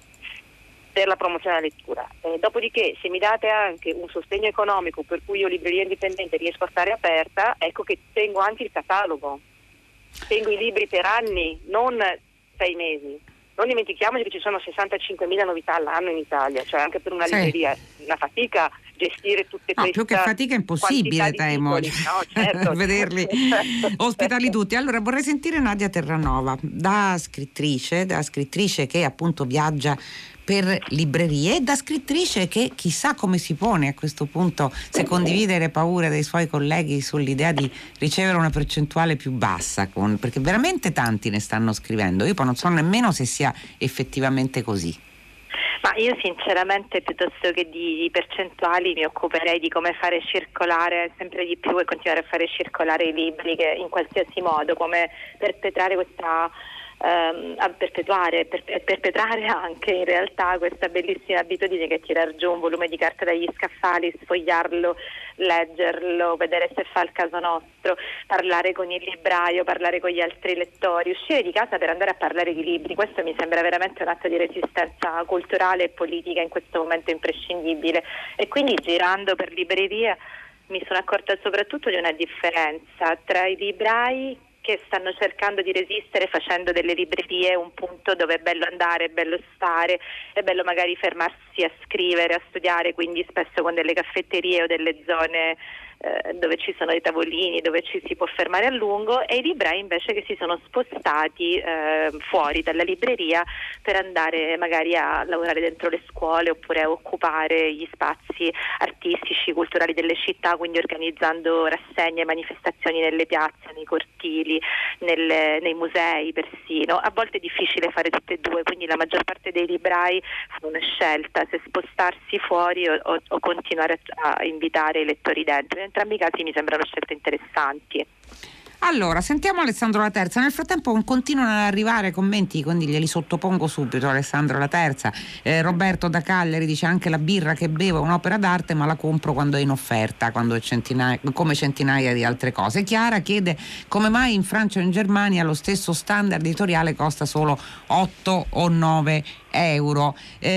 per la promozione della lettura. Eh, dopodiché, se mi date anche un sostegno economico per cui io, libreria indipendente, riesco a stare aperta, ecco che tengo anche il catalogo, tengo i libri per anni, non sei mesi. Non dimentichiamoci che ci sono sessantacinquemila novità all'anno in Italia, cioè anche per una sì. libreria una fatica gestire tutte no, queste. Più che fatica è impossibile, temo, no, certo. vederli ospitali tutti. Allora vorrei sentire Nadia Terranova, da scrittrice, da scrittrice che appunto viaggia per librerie, e da scrittrice che chissà come si pone a questo punto, se condivide le paure dei suoi colleghi sull'idea di ricevere una percentuale più bassa, con, perché veramente tanti ne stanno scrivendo. Io poi non so nemmeno se sia effettivamente così. Ma io sinceramente, piuttosto che di percentuali, mi occuperei di come fare circolare sempre di più e continuare a fare circolare i libri, che in qualsiasi modo, come perpetrare questa ehm, a perpetuare per, perpetrare anche in realtà questa bellissima abitudine che tirar giù un volume di carta dagli scaffali, sfogliarlo, leggerlo, vedere se fa il caso nostro, parlare con il libraio, parlare con gli altri lettori, uscire di casa per andare a parlare di libri. Questo mi sembra veramente un atto di resistenza culturale e politica in questo momento imprescindibile, e quindi girando per librerie mi sono accorta soprattutto di una differenza tra i librai che stanno cercando di resistere facendo delle librerie un punto dove è bello andare, è bello stare, è bello magari fermarsi a scrivere, a studiare, quindi spesso con delle caffetterie o delle zone eh, dove ci sono dei tavolini, dove ci si può fermare a lungo, e i librai invece che si sono spostati eh, fuori dalla libreria per andare magari a lavorare dentro le scuole oppure a occupare gli spazi artistici, culturali delle città, quindi organizzando rassegne, manifestazioni nelle piazze, nei cortili, nelle, nei musei persino. A volte è difficile fare tutte e due, quindi la maggior parte dei librai fanno una scelta se spostarsi fuori o, o, o continuare a, a invitare i lettori dentro. In entrambi i casi mi sembrano scelte interessanti. Allora, sentiamo Alessandro La Terza. Nel frattempo continuano ad arrivare commenti, quindi glieli sottopongo subito. Alessandro La Terza, eh, Roberto da Cagliari dice: anche la birra che bevo è un'opera d'arte, ma la compro quando è in offerta, quando è centinaia, come centinaia di altre cose. Chiara chiede come mai in Francia o in Germania lo stesso standard editoriale costa solo otto o nove euro.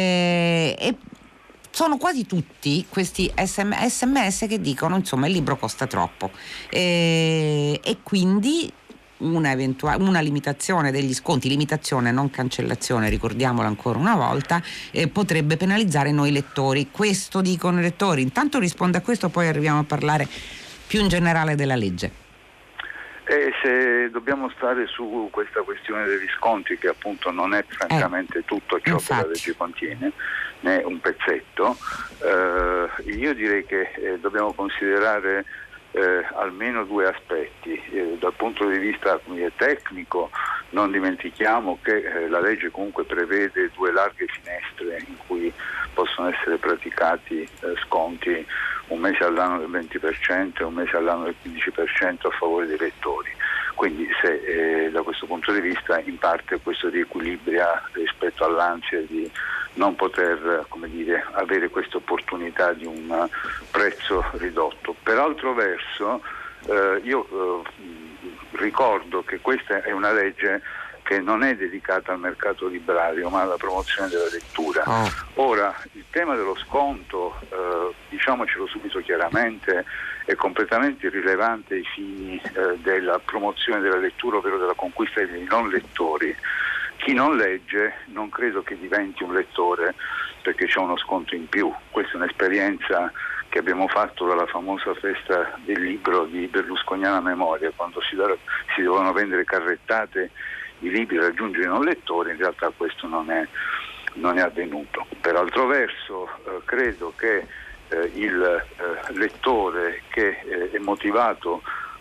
Eh, e sono quasi tutti questi sms che dicono insomma il libro costa troppo, e, e quindi una, eventuale, una limitazione degli sconti, limitazione non cancellazione, ricordiamolo ancora una volta, eh, potrebbe penalizzare noi lettori. Questo dicono i lettori. Intanto rispondo a questo, poi arriviamo a parlare più in generale della legge. E se dobbiamo stare su questa questione degli sconti, che appunto non è francamente eh, tutto ciò infatti. che la legge contiene, né un pezzetto, eh, io direi che eh, dobbiamo considerare eh, almeno due aspetti. Eh, dal punto di vista come, tecnico, non dimentichiamo che eh, la legge comunque prevede due larghe finestre in cui possono essere praticati eh, sconti, un mese all'anno del venti per cento e un mese all'anno del quindici per cento a favore dei lettori. Quindi se eh, da questo punto di vista in parte questo riequilibria rispetto all'ansia di non poter, come dire, avere questa opportunità di un prezzo ridotto. Per altro verso eh, io eh, ricordo che questa è una legge che non è dedicata al mercato librario ma alla promozione della lettura. Oh. Ora, il tema dello sconto, eh, diciamocelo subito chiaramente, è completamente irrilevante ai fini eh, della promozione della lettura, ovvero della conquista dei non lettori. Chi non legge non credo che diventi un lettore perché c'è uno sconto in più. Questa è un'esperienza che abbiamo fatto dalla famosa festa del libro di Berlusconiana Memoria, quando si, da, si dovevano vendere carrettate i libri e raggiungere i non lettori. In realtà questo non è, non è avvenuto. Per altro verso eh, credo che eh, il eh, lettore che eh, è motivato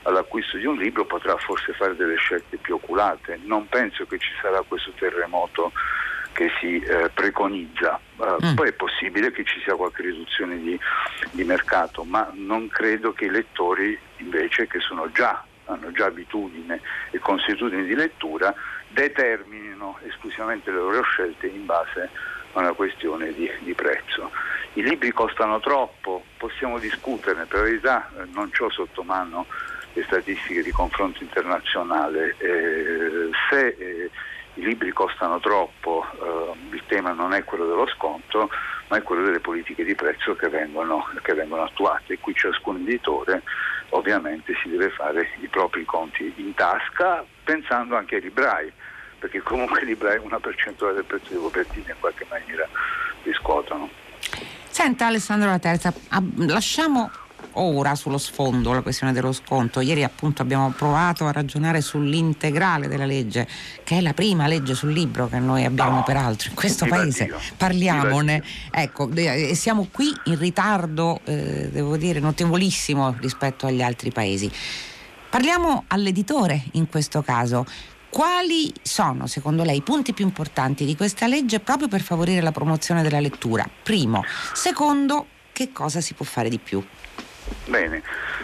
all'acquisto di un libro potrà forse fare delle scelte più oculate. Non penso che ci sarà questo terremoto che si eh, preconizza. Uh, mm. Poi è possibile che ci sia qualche riduzione di, di mercato, ma non credo che i lettori invece, che sono già hanno già abitudine e consuetudine di lettura, determinino esclusivamente le loro scelte in base a una questione di, di prezzo. I libri costano troppo, possiamo discuterne, per verità eh, non c'ho sotto mano le statistiche di confronto internazionale. Eh, se eh, i libri costano troppo, eh, il tema non è quello dello sconto, ma è quello delle politiche di prezzo che vengono, che vengono attuate. E qui ciascun editore ovviamente si deve fare i propri conti in tasca, pensando anche ai librai, perché comunque i librai una percentuale del prezzo di copertina in qualche maniera riscuotono. Senta Alessandro Laterza, lasciamo ora sullo sfondo la questione dello sconto. Ieri appunto abbiamo provato a ragionare sull'integrale della legge, che è la prima legge sul libro che noi abbiamo no, peraltro in questo paese. Dio. Parliamone. Ecco, e siamo qui in ritardo, eh, devo dire, notevolissimo rispetto agli altri paesi. Parliamo all'editore in questo caso. Quali sono, secondo lei, i punti più importanti di questa legge proprio per favorire la promozione della lettura? Primo. Secondo, che cosa si può fare di più? Bene,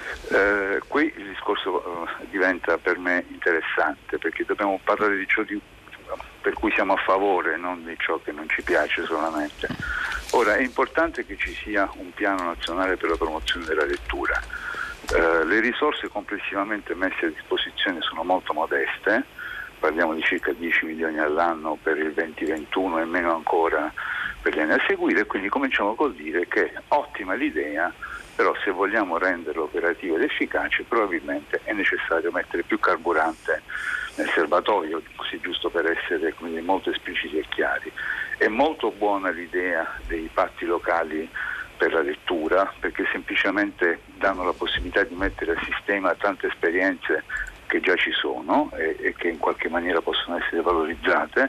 eh, qui il discorso eh, diventa per me interessante, perché dobbiamo parlare di ciò di, per cui siamo a favore, non di ciò che non ci piace solamente. Ora, è importante che ci sia un piano nazionale per la promozione della lettura. Eh, le risorse complessivamente messe a disposizione sono molto modeste, parliamo di circa dieci milioni all'anno per il venti ventuno e meno ancora per gli anni a seguire, quindi cominciamo col dire che ottima l'idea, però se vogliamo renderlo operativo ed efficace probabilmente è necessario mettere più carburante nel serbatoio, così giusto per essere quindi molto espliciti e chiari. È molto buona l'idea dei patti locali per la lettura, perché semplicemente danno la possibilità di mettere a sistema tante esperienze che già ci sono e, e che in qualche maniera possono essere valorizzate.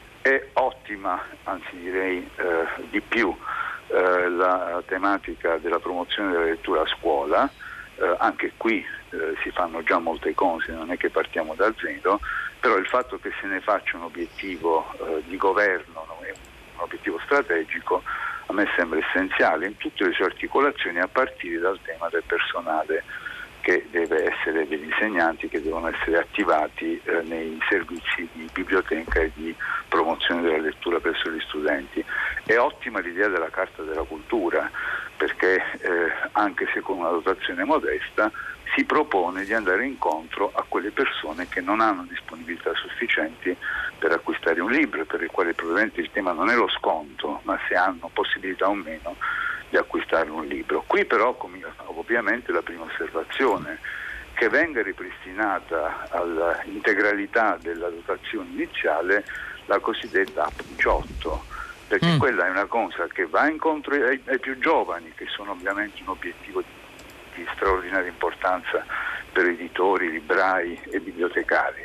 È ottima, anzi direi eh, di più, eh, la tematica della promozione della lettura a scuola. Eh, anche qui eh, si fanno già molte cose, non è che partiamo da zero, però il fatto che se ne faccia un obiettivo eh, di governo, un obiettivo strategico, a me sembra essenziale in tutte le sue articolazioni, a partire dal tema del personale che deve essere, degli insegnanti che devono essere attivati eh, nei servizi di biblioteca e di promozione della lettura presso gli studenti. È ottima l'idea della Carta della Cultura, perché eh, anche se con una dotazione modesta si propone di andare incontro a quelle persone che non hanno disponibilità sufficienti per acquistare un libro, per il quale probabilmente il tema non è lo sconto, ma se hanno possibilità o meno di acquistare un libro. Qui però ovviamente la prima osservazione, che venga ripristinata all'integralità della dotazione iniziale la cosiddetta app diciotto, perché mm. quella è una cosa che va incontro ai, ai più giovani, che sono ovviamente un obiettivo di, di straordinaria importanza per editori, librai e bibliotecari.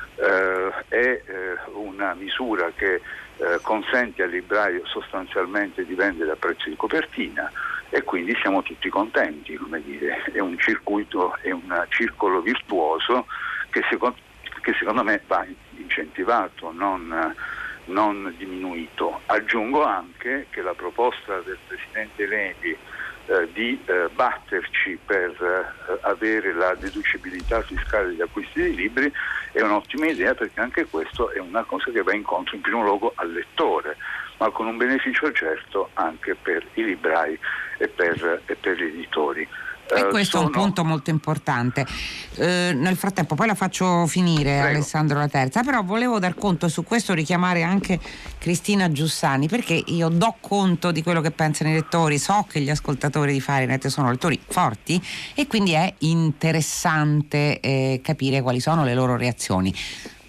Uh, è uh, una misura che uh, consente al libraio sostanzialmente di vendere a prezzo di copertina e quindi siamo tutti contenti, come dire, è un circuito, è un circolo virtuoso che secondo, che secondo me va incentivato, non, non diminuito. Aggiungo anche che la proposta del Presidente Levi Eh, di eh, batterci per eh, avere la deducibilità fiscale degli acquisti dei libri è un'ottima idea, perché anche questo è una cosa che va incontro in primo luogo al lettore, ma con un beneficio certo anche per i librai e per, e per gli editori. E questo sono... è un punto molto importante. Eh, nel frattempo poi la faccio finire, Prego. Alessandro Laterza, però volevo dar conto, e su questo richiamare anche Cristina Giussani, perché io do conto di quello che pensano i lettori, so che gli ascoltatori di Fahrenheit sono lettori forti e quindi è interessante eh, capire quali sono le loro reazioni.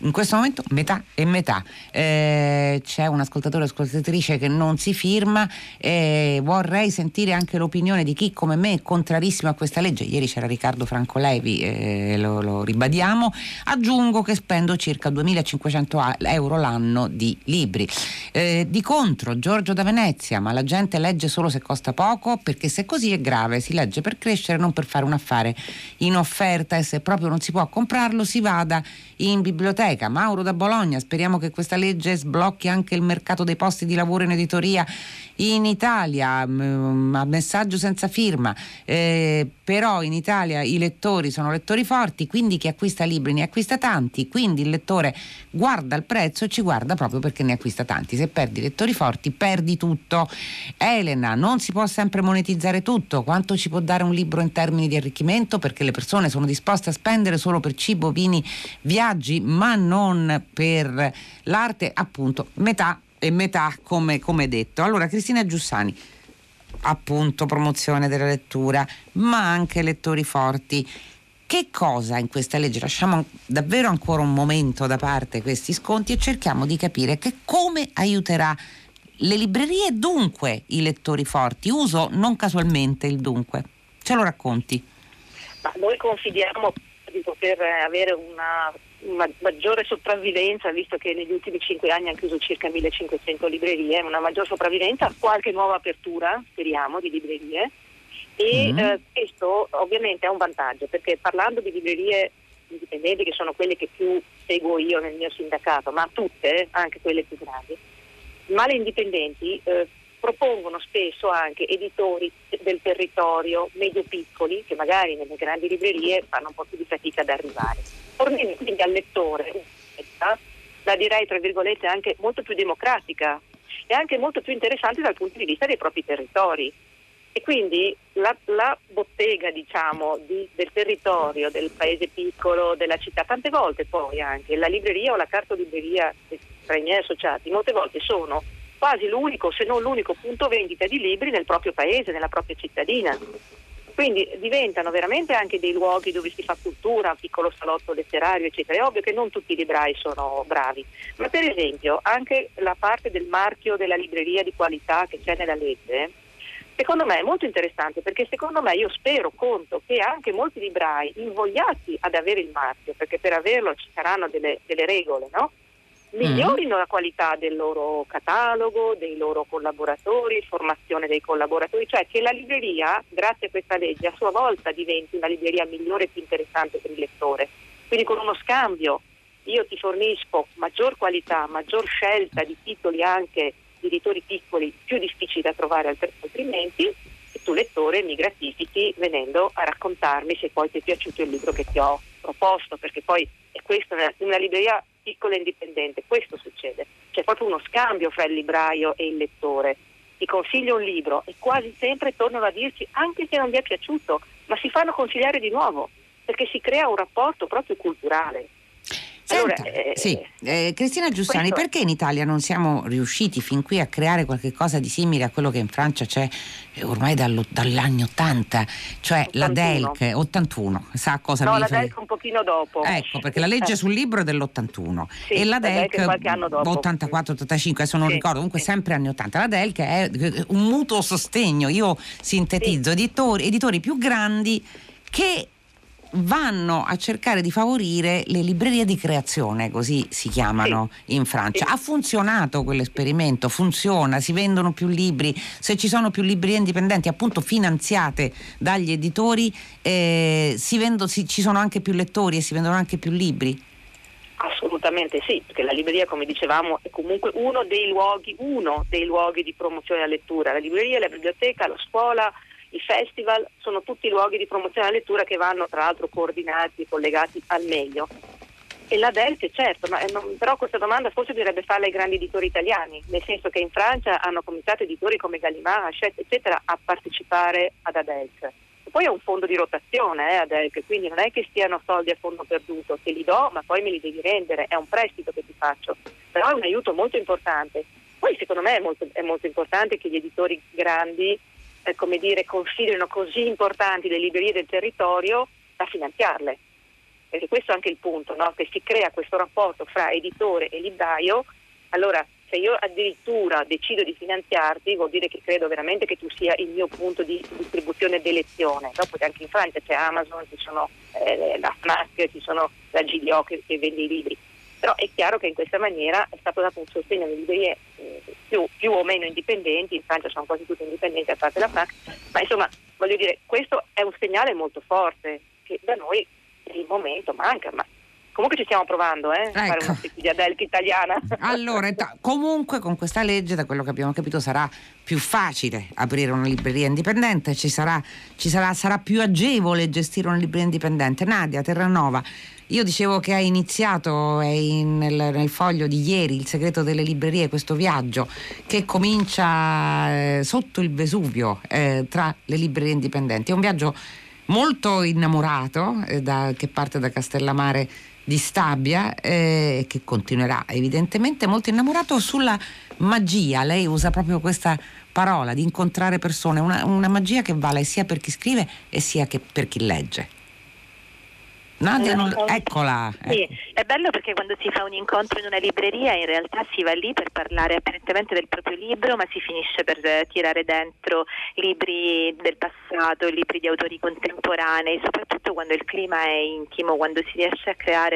in questo momento metà e metà. Eh, c'è un ascoltatore o ascoltatrice che non si firma, eh, vorrei sentire anche l'opinione di chi come me è contrarissimo a questa legge. Ieri c'era Riccardo Franco Levi, eh, lo, lo ribadiamo. Aggiungo che spendo circa duemilacinquecento euro l'anno di libri. Eh, di contro Giorgio da Venezia: ma la gente legge solo se costa poco, perché se così è grave, si legge per crescere, non per fare un affare in offerta, e se proprio non si può comprarlo si vada in biblioteca. Mauro da Bologna: speriamo che questa legge sblocchi anche il mercato dei posti di lavoro in editoria in Italia. A messaggio senza firma, eh, però in Italia i lettori sono lettori forti, quindi chi acquista libri ne acquista tanti, quindi il lettore guarda il prezzo e ci guarda proprio perché ne acquista tanti. Se perdi lettori forti perdi tutto. Elena: non si può sempre monetizzare tutto. Quanto ci può dare un libro in termini di arricchimento? Perché le persone sono disposte a spendere solo per cibo, vini, viaggi, ma non per l'arte. Appunto, metà e metà, come, come detto. Allora, Cristina Giussani, appunto, promozione della lettura, ma anche lettori forti. Che cosa in questa legge? Lasciamo davvero ancora un momento da parte questi sconti e cerchiamo di capire che come aiuterà le librerie e dunque i lettori forti. Uso non casualmente il dunque. Ce lo racconti? Ma noi confidiamo di poter avere una, una maggiore sopravvivenza, visto che negli ultimi cinque anni hanno chiuso circa millecinquecento librerie, una maggior sopravvivenza, qualche nuova apertura, speriamo, di librerie. E mm. eh, questo ovviamente è un vantaggio, perché parlando di librerie indipendenti, che sono quelle che più seguo io nel mio sindacato, ma tutte, anche quelle più grandi, ma le indipendenti eh, propongono spesso anche editori del territorio medio-piccoli, che magari nelle grandi librerie fanno un po' più di fatica ad arrivare. Fornendo quindi al lettore, la direi tra virgolette anche molto più democratica e anche molto più interessante dal punto di vista dei propri territori. E quindi la, la bottega, diciamo, di, del territorio, del paese piccolo, della città, tante volte poi anche la libreria o la cartolibreria tra i miei associati, molte volte sono quasi l'unico, se non l'unico punto vendita di libri nel proprio paese, nella propria cittadina. Quindi diventano veramente anche dei luoghi dove si fa cultura, un piccolo salotto letterario, eccetera. È ovvio che non tutti i librai sono bravi, ma per esempio anche la parte del marchio della libreria di qualità che c'è nella legge, secondo me è molto interessante, perché secondo me, io spero, conto che anche molti librai invogliati ad avere il marchio, perché per averlo ci saranno delle, delle regole, no? Migliorino mm. la qualità del loro catalogo, dei loro collaboratori, formazione dei collaboratori, cioè che la libreria, grazie a questa legge, a sua volta diventi una libreria migliore e più interessante per il lettore. Quindi con uno scambio io ti fornisco maggior qualità, maggior scelta di titoli anche di editori piccoli più difficili da trovare altrimenti, e tu lettore mi gratifichi venendo a raccontarmi se poi ti è piaciuto il libro che ti ho proposto, perché poi è questo, in una libreria piccola e indipendente questo succede, c'è proprio uno scambio fra il libraio e il lettore. Ti consiglio un libro e quasi sempre tornano a dirci, anche se non vi è piaciuto, ma si fanno consigliare di nuovo, perché si crea un rapporto proprio culturale. Senta, allora, eh, sì. eh, Cristina Giussani, questo... perché in Italia non siamo riusciti fin qui a creare qualche cosa di simile a quello che in Francia c'è ormai dallo, dagli anni ottanta, cioè ottantuno. La D E L C ottantuno, sa cosa no, mi la riferisco? D E L C un pochino dopo. Ecco, perché la legge sul libro è dell'ottantuno sì, e la D E L C qualche anno dopo. ottantaquattro ottantacinque, adesso non sì, ricordo, comunque sì. sempre anni ottanta. La D E L C è un mutuo sostegno, io sintetizzo, sì. editori, editori più grandi che vanno a cercare di favorire le librerie di creazione, così si chiamano sì. in Francia. Sì. Ha funzionato quell'esperimento? Funziona? Si vendono più libri? Se ci sono più librerie indipendenti, appunto finanziate dagli editori, eh, si vendo, si, ci sono anche più lettori e si vendono anche più libri? Assolutamente sì, perché la libreria, come dicevamo, è comunque uno dei luoghi, uno dei luoghi di promozione della lettura. La libreria, la biblioteca, la scuola, i festival sono tutti luoghi di promozione della lettura che vanno tra l'altro coordinati e collegati al meglio. E la D E L C, certo, ma non, però questa domanda forse bisognerebbe farla ai grandi editori italiani, nel senso che in Francia hanno cominciato editori come Gallimard, Hachette, eccetera, a partecipare ad A D E L C. E poi è un fondo di rotazione eh, A D E L C, quindi non è che stiano soldi a fondo perduto, te li do ma poi me li devi rendere, è un prestito che ti faccio, però è un aiuto molto importante. Poi secondo me è molto, è molto importante che gli editori grandi Eh, come dire, considerino così importanti le librerie del territorio da finanziarle, perché questo è anche il punto, no? Che si crea questo rapporto fra editore e libraio. Allora, se io addirittura decido di finanziarti, vuol dire che credo veramente che tu sia il mio punto di distribuzione ed elezione. Dopo anche in Francia c'è Amazon, ci sono eh, la Fnac, ci sono la G D O che, che vende i libri. Però è chiaro che in questa maniera è stato dato un sostegno alle librerie eh, più, più o meno indipendenti. In Francia sono quasi tutte indipendenti a parte la Fnac, ma insomma voglio dire, questo è un segnale molto forte che da noi per il momento manca, ma comunque ci stiamo provando eh, ecco. a fare una specie di Adelchi italiana. Allora, t- comunque con questa legge, da quello che abbiamo capito, sarà più facile aprire una libreria indipendente, ci sarà, ci sarà, sarà più agevole gestire una libreria indipendente. Nadia Terranova, io dicevo che hai iniziato è in, nel, nel foglio di ieri Il segreto delle librerie, questo viaggio che comincia eh, sotto il Vesuvio eh, tra le librerie indipendenti. È un viaggio molto innamorato eh, da, che parte da Castellammare di Stabia e eh, che continuerà evidentemente molto innamorato sulla magia. Lei usa proprio questa parola, di incontrare persone, una, una magia che vale sia per chi scrive e sia che per chi legge. Nadia, non... eccola. Sì, è bello perché quando si fa un incontro in una libreria in realtà si va lì per parlare apparentemente del proprio libro, ma si finisce per tirare dentro libri del passato, libri di autori contemporanei, soprattutto quando il clima è intimo, quando si riesce a creare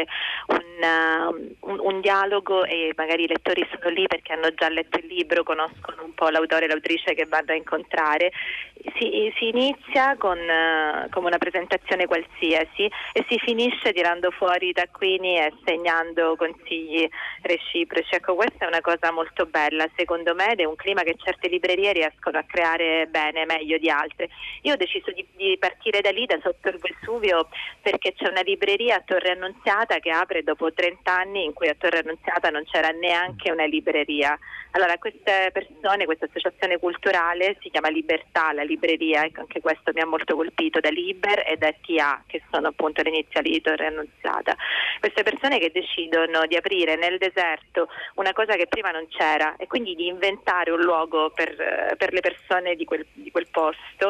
un, un, un dialogo e magari i lettori sono lì perché hanno già letto il libro, conoscono un po' l'autore e l'autrice che vanno a incontrare. Si, si inizia con uh, come una presentazione qualsiasi e si finisce tirando fuori i taccuini e segnando consigli reciproci. Ecco, questa è una cosa molto bella secondo me ed è un clima che certe librerie riescono a creare bene, meglio di altre. Io ho deciso di, di partire da lì, da sotto il Vesuvio, perché c'è una libreria a Torre Annunziata che apre dopo trenta anni in cui a Torre Annunziata non c'era neanche una libreria. Allora queste persone, questa associazione culturale si chiama Libertà, la libreria, ecco, anche questo mi ha molto colpito, da Liber e da T A, che sono appunto le iniziali di Torre Annunziata. Queste persone che decidono di aprire nel deserto una cosa che prima non c'era e quindi di inventare un luogo per, per le persone di quel, di quel posto.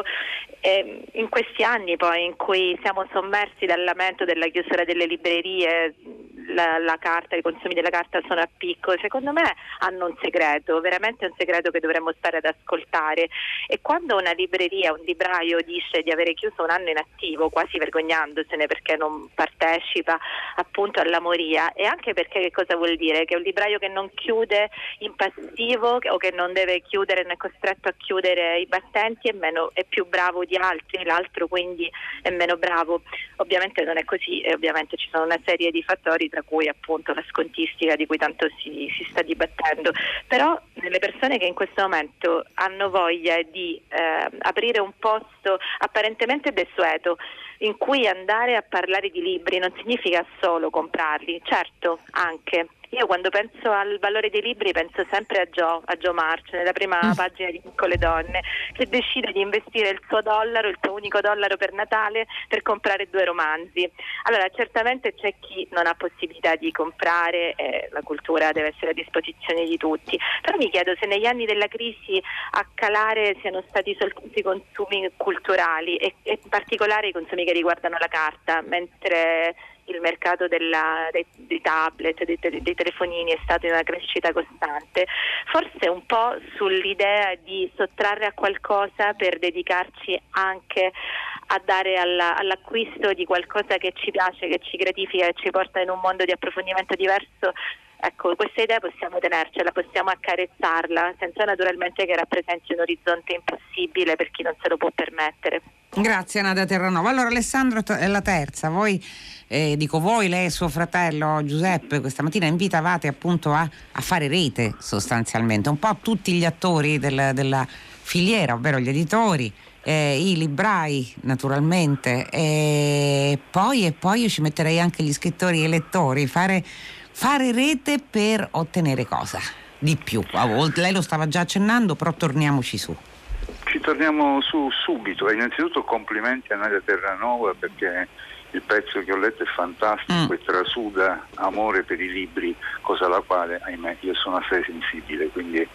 E in questi anni poi in cui siamo sommersi dal lamento della chiusura delle librerie, la, la carta, i consumi della carta sono a picco, secondo me hanno un segreto, veramente un segreto che dovremmo stare ad ascoltare. E quando una libreria, un libraio dice di avere chiuso un anno in attivo, quasi vergognandosene perché non partecipa appunto alla moria, e anche perché che cosa vuol dire? Che un libraio che non chiude in passivo o che non deve chiudere, non è costretto a chiudere i battenti, è, meno, è più bravo di altri, l'altro quindi è meno bravo. Ovviamente non è così e ovviamente ci sono una serie di fattori tra cui appunto la scontistica di cui tanto si, si sta dibattendo, però nelle persone che in questo momento hanno voglia di eh, aprire un posto apparentemente desueto in cui andare a parlare di libri non significa solo comprarli, certo anche. Io quando penso al valore dei libri penso sempre a Joe, a Joe March, nella prima mm. pagina di Piccole Donne, che decide di investire il suo dollaro, il suo unico dollaro per Natale, per comprare due romanzi. Allora certamente c'è chi non ha possibilità di comprare, eh, la cultura deve essere a disposizione di tutti, però mi chiedo se negli anni della crisi a calare siano stati soltanto i consumi culturali e, e in particolare i consumi che riguardano la carta, mentre il mercato della, dei, dei tablet, dei, dei telefonini è stato in una crescita costante, forse un po' sull'idea di sottrarre a qualcosa per dedicarci anche a dare alla, all'acquisto di qualcosa che ci piace, che ci gratifica, che ci porta in un mondo di approfondimento diverso. Ecco, questa idea possiamo tenercela, possiamo accarezzarla, senza naturalmente che rappresenti un orizzonte impossibile per chi non se lo può permettere. Grazie Nadia Terranova. Allora Alessandro è la terza, voi eh, dico voi, lei e suo fratello Giuseppe questa mattina invitavate appunto a, a fare rete sostanzialmente, un po' tutti gli attori del, della filiera, ovvero gli editori, eh, i librai naturalmente, e poi, e poi io ci metterei anche gli scrittori e i lettori, fare Fare rete per ottenere cosa? Di più. Lei lo stava già accennando, però torniamoci su. Ci torniamo su subito. Innanzitutto complimenti a Nadia Terranova perché il pezzo che ho letto è fantastico mm. e trasuda amore per i libri, cosa alla quale, ahimè, io sono assai sensibile, quindi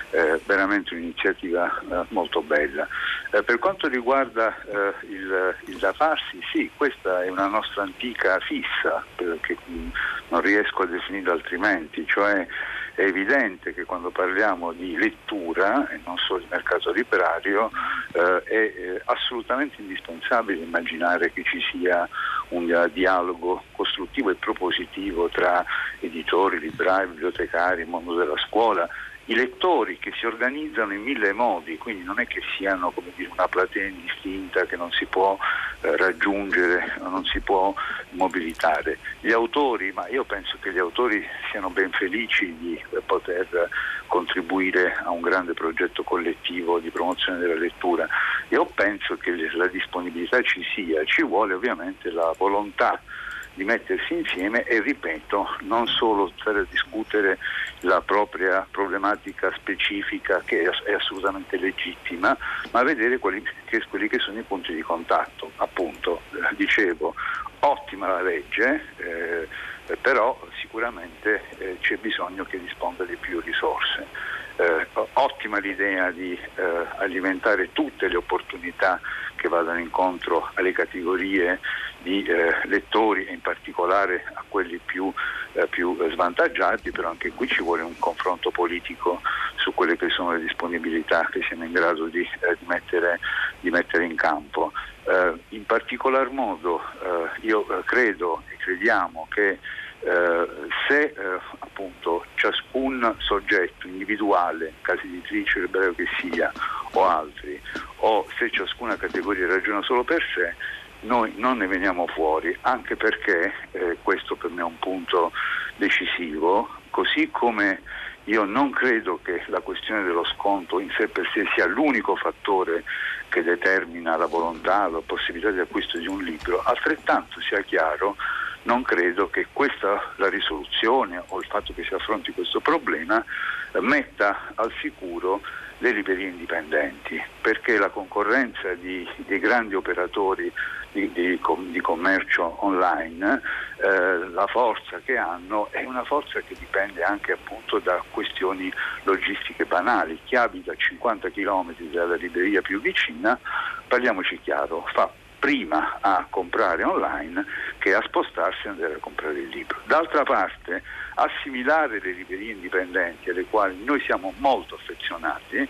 eh, veramente un'iniziativa eh, molto bella. Eh, per quanto riguarda eh, il, il da farsi, sì, questa è una nostra antica fissa, perché mh, non riesco a definirla altrimenti, cioè è evidente che quando parliamo di lettura, e non solo di mercato librario, eh, è eh, assolutamente indispensabile immaginare che ci sia un uh, dialogo costruttivo e propositivo tra editori, librai, bibliotecari, mondo della scuola, i lettori che si organizzano in mille modi, quindi non è che siano, come dire, una platea indistinta che non si può eh, raggiungere, non si può mobilitare. Gli autori, ma io penso che gli autori siano ben felici di eh, poter contribuire a un grande progetto collettivo di promozione della lettura. Io penso che la disponibilità ci sia, ci vuole ovviamente la volontà di mettersi insieme e, ripeto, non solo per discutere la propria problematica specifica, che è assolutamente legittima, ma vedere quelli che, quelli che sono i punti di contatto. Appunto, eh, dicevo, ottima la legge, eh, però sicuramente eh, c'è bisogno che disponga di più risorse. Eh, ottima l'idea di eh, alimentare tutte le opportunità che vadano incontro alle categorie di eh, lettori e in particolare a quelli più, eh, più svantaggiati, però anche qui ci vuole un confronto politico su quelle che sono le disponibilità che siamo in grado di, eh, di, mettere, di mettere in campo. Eh, in particolar modo eh, io credo e crediamo che eh, se eh, appunto ciascun soggetto individuale, casa editrice, libraio che sia, o altri, o se ciascuna categoria ragiona solo per sé, noi non ne veniamo fuori, anche perché, eh, questo per me è un punto decisivo, così come io non credo che la questione dello sconto in sé per sé sia l'unico fattore che determina la volontà, la possibilità di acquisto di un libro, altrettanto sia chiaro, non credo che questa, la risoluzione o il fatto che si affronti questo problema, eh, metta al sicuro le librerie indipendenti, perché la concorrenza di, dei grandi operatori di, di, di commercio online, eh, la forza che hanno è una forza che dipende anche appunto da questioni logistiche banali. Chi abita a cinquanta chilometri dalla libreria più vicina, parliamoci chiaro, fa prima a comprare online che a spostarsi e andare a comprare il libro. D'altra parte, assimilare le librerie indipendenti, alle quali noi siamo molto affezionati,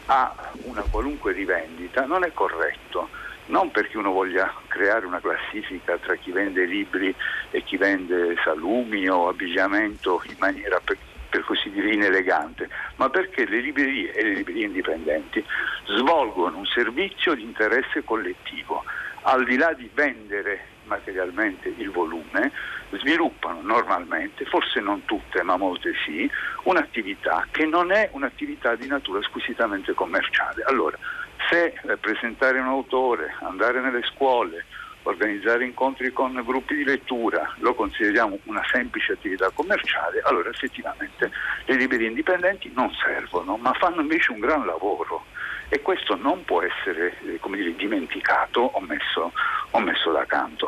a una qualunque rivendita non è corretto, non perché uno voglia creare una classifica tra chi vende libri e chi vende salumi o abbigliamento in maniera per, per così dire inelegante, ma perché le librerie e le librerie indipendenti svolgono un servizio di interesse collettivo. Al di là di vendere materialmente il volume, sviluppano normalmente, forse non tutte ma molte sì, un'attività che non è un'attività di natura squisitamente commerciale. Allora, se eh, presentare un autore, andare nelle scuole, organizzare incontri con gruppi di lettura lo consideriamo una semplice attività commerciale, allora effettivamente le librerie indipendenti non servono, ma fanno invece un gran lavoro. E questo non può essere, eh, come dire, dimenticato o messo, o messo da canto.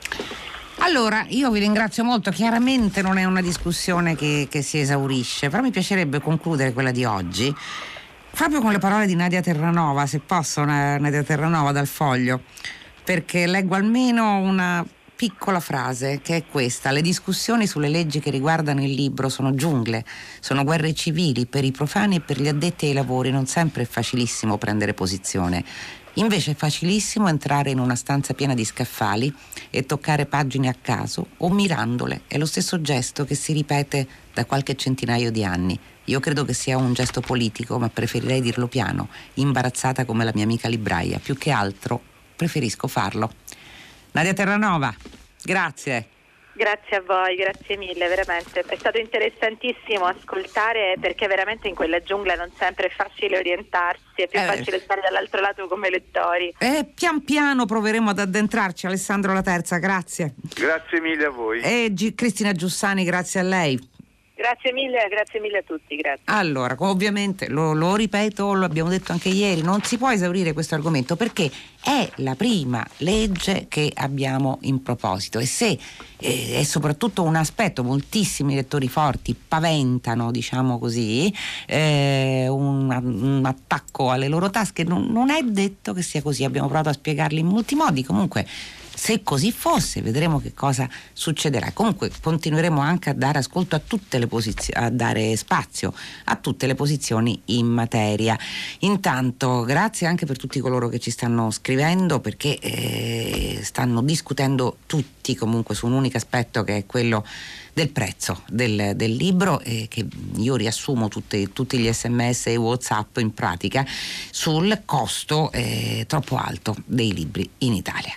Allora, io vi ringrazio molto, chiaramente non è una discussione che, che si esaurisce, però mi piacerebbe concludere quella di oggi proprio con le parole di Nadia Terranova, se posso, Nadia Terranova dal Foglio, perché leggo almeno una piccola frase che è questa: le discussioni sulle leggi che riguardano il libro sono giungle, sono guerre civili, per i profani e per gli addetti ai lavori non sempre è facilissimo prendere posizione, invece è facilissimo entrare in una stanza piena di scaffali e toccare pagine a caso o mirandole, è lo stesso gesto che si ripete da qualche centinaio di anni. Io credo che sia un gesto politico, ma preferirei dirlo piano, imbarazzata come la mia amica libraia, più che altro preferisco farlo. Nadia Terranova, grazie. Grazie a voi, grazie mille, veramente. È stato interessantissimo ascoltare, perché veramente in quella giungla non sempre è facile orientarsi, è più eh, facile stare dall'altro lato come lettori. Eh, pian piano proveremo ad addentrarci. Alessandro La Terza, grazie. Grazie mille a voi. E G- Cristina Giussani, grazie a lei. Grazie mille, grazie mille a tutti, grazie. Allora, ovviamente, lo, lo ripeto, lo abbiamo detto anche ieri, non si può esaurire questo argomento perché è la prima legge che abbiamo in proposito e se eh, è soprattutto un aspetto, moltissimi lettori forti paventano, diciamo così, eh, un, un attacco alle loro tasche, non, non è detto che sia così, abbiamo provato a spiegarli in molti modi, comunque se così fosse vedremo che cosa succederà. Comunque continueremo anche a dare ascolto a tutte le posizioni, a dare spazio a tutte le posizioni in materia. Intanto grazie anche per tutti coloro che ci stanno scrivendo perché eh, stanno discutendo tutti comunque su un unico aspetto che è quello del prezzo del, del libro eh, che io riassumo tutti, tutti gli sms e WhatsApp in pratica sul costo eh, troppo alto dei libri in Italia.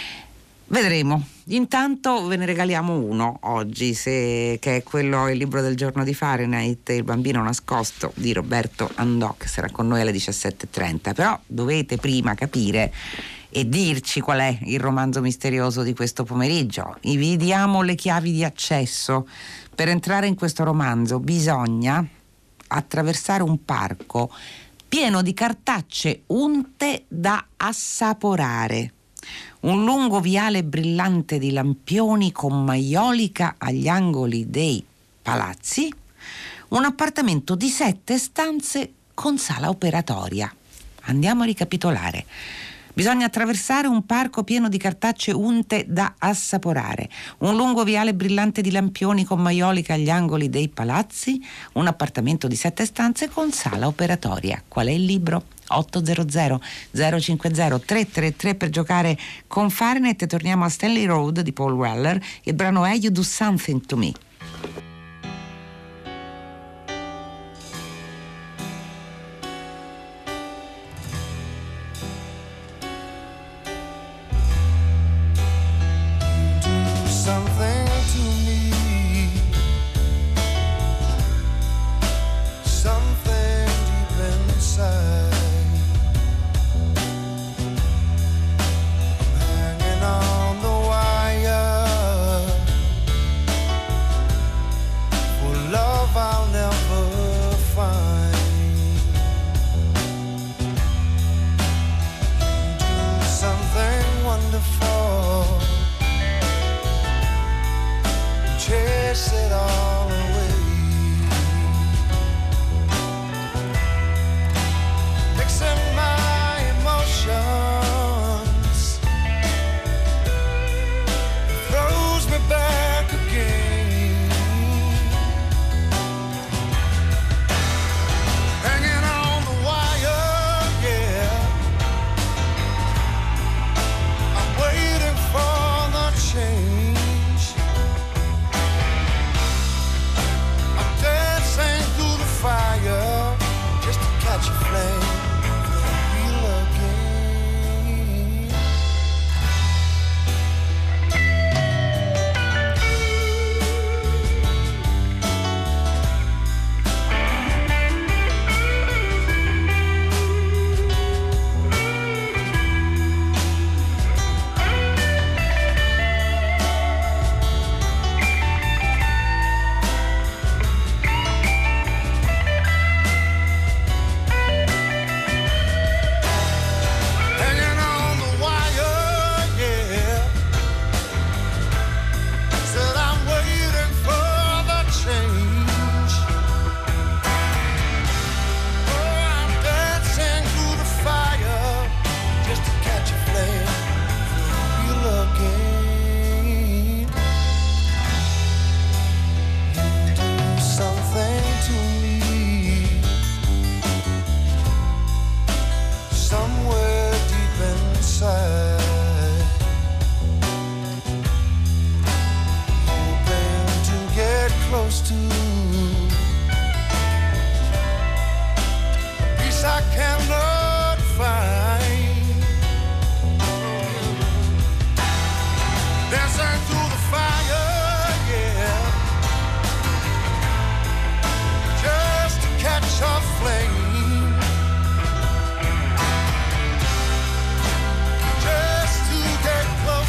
Vedremo. Intanto ve ne regaliamo uno oggi, se, che è quello, il libro del giorno di Fahrenheit, Il bambino nascosto di Roberto Andò, che sarà con noi alle diciassette e trenta. Però dovete prima capire e dirci qual è il romanzo misterioso di questo pomeriggio. Vi diamo le chiavi di accesso. Per entrare in questo romanzo bisogna attraversare un parco pieno di cartacce unte da assaporare. Un lungo viale brillante di lampioni con maiolica agli angoli dei palazzi, un appartamento di sette stanze con sala operatoria. Andiamo a ricapitolare. Bisogna attraversare un parco pieno di cartacce unte da assaporare, un lungo viale brillante di lampioni con maiolica agli angoli dei palazzi, un appartamento di sette stanze con sala operatoria. Qual è il libro? otto zero zero zero cinque zero tre tre tre per giocare con Fahrenheit. Torniamo a Stanley Road di Paul Weller. Il brano è You Do Something to Me.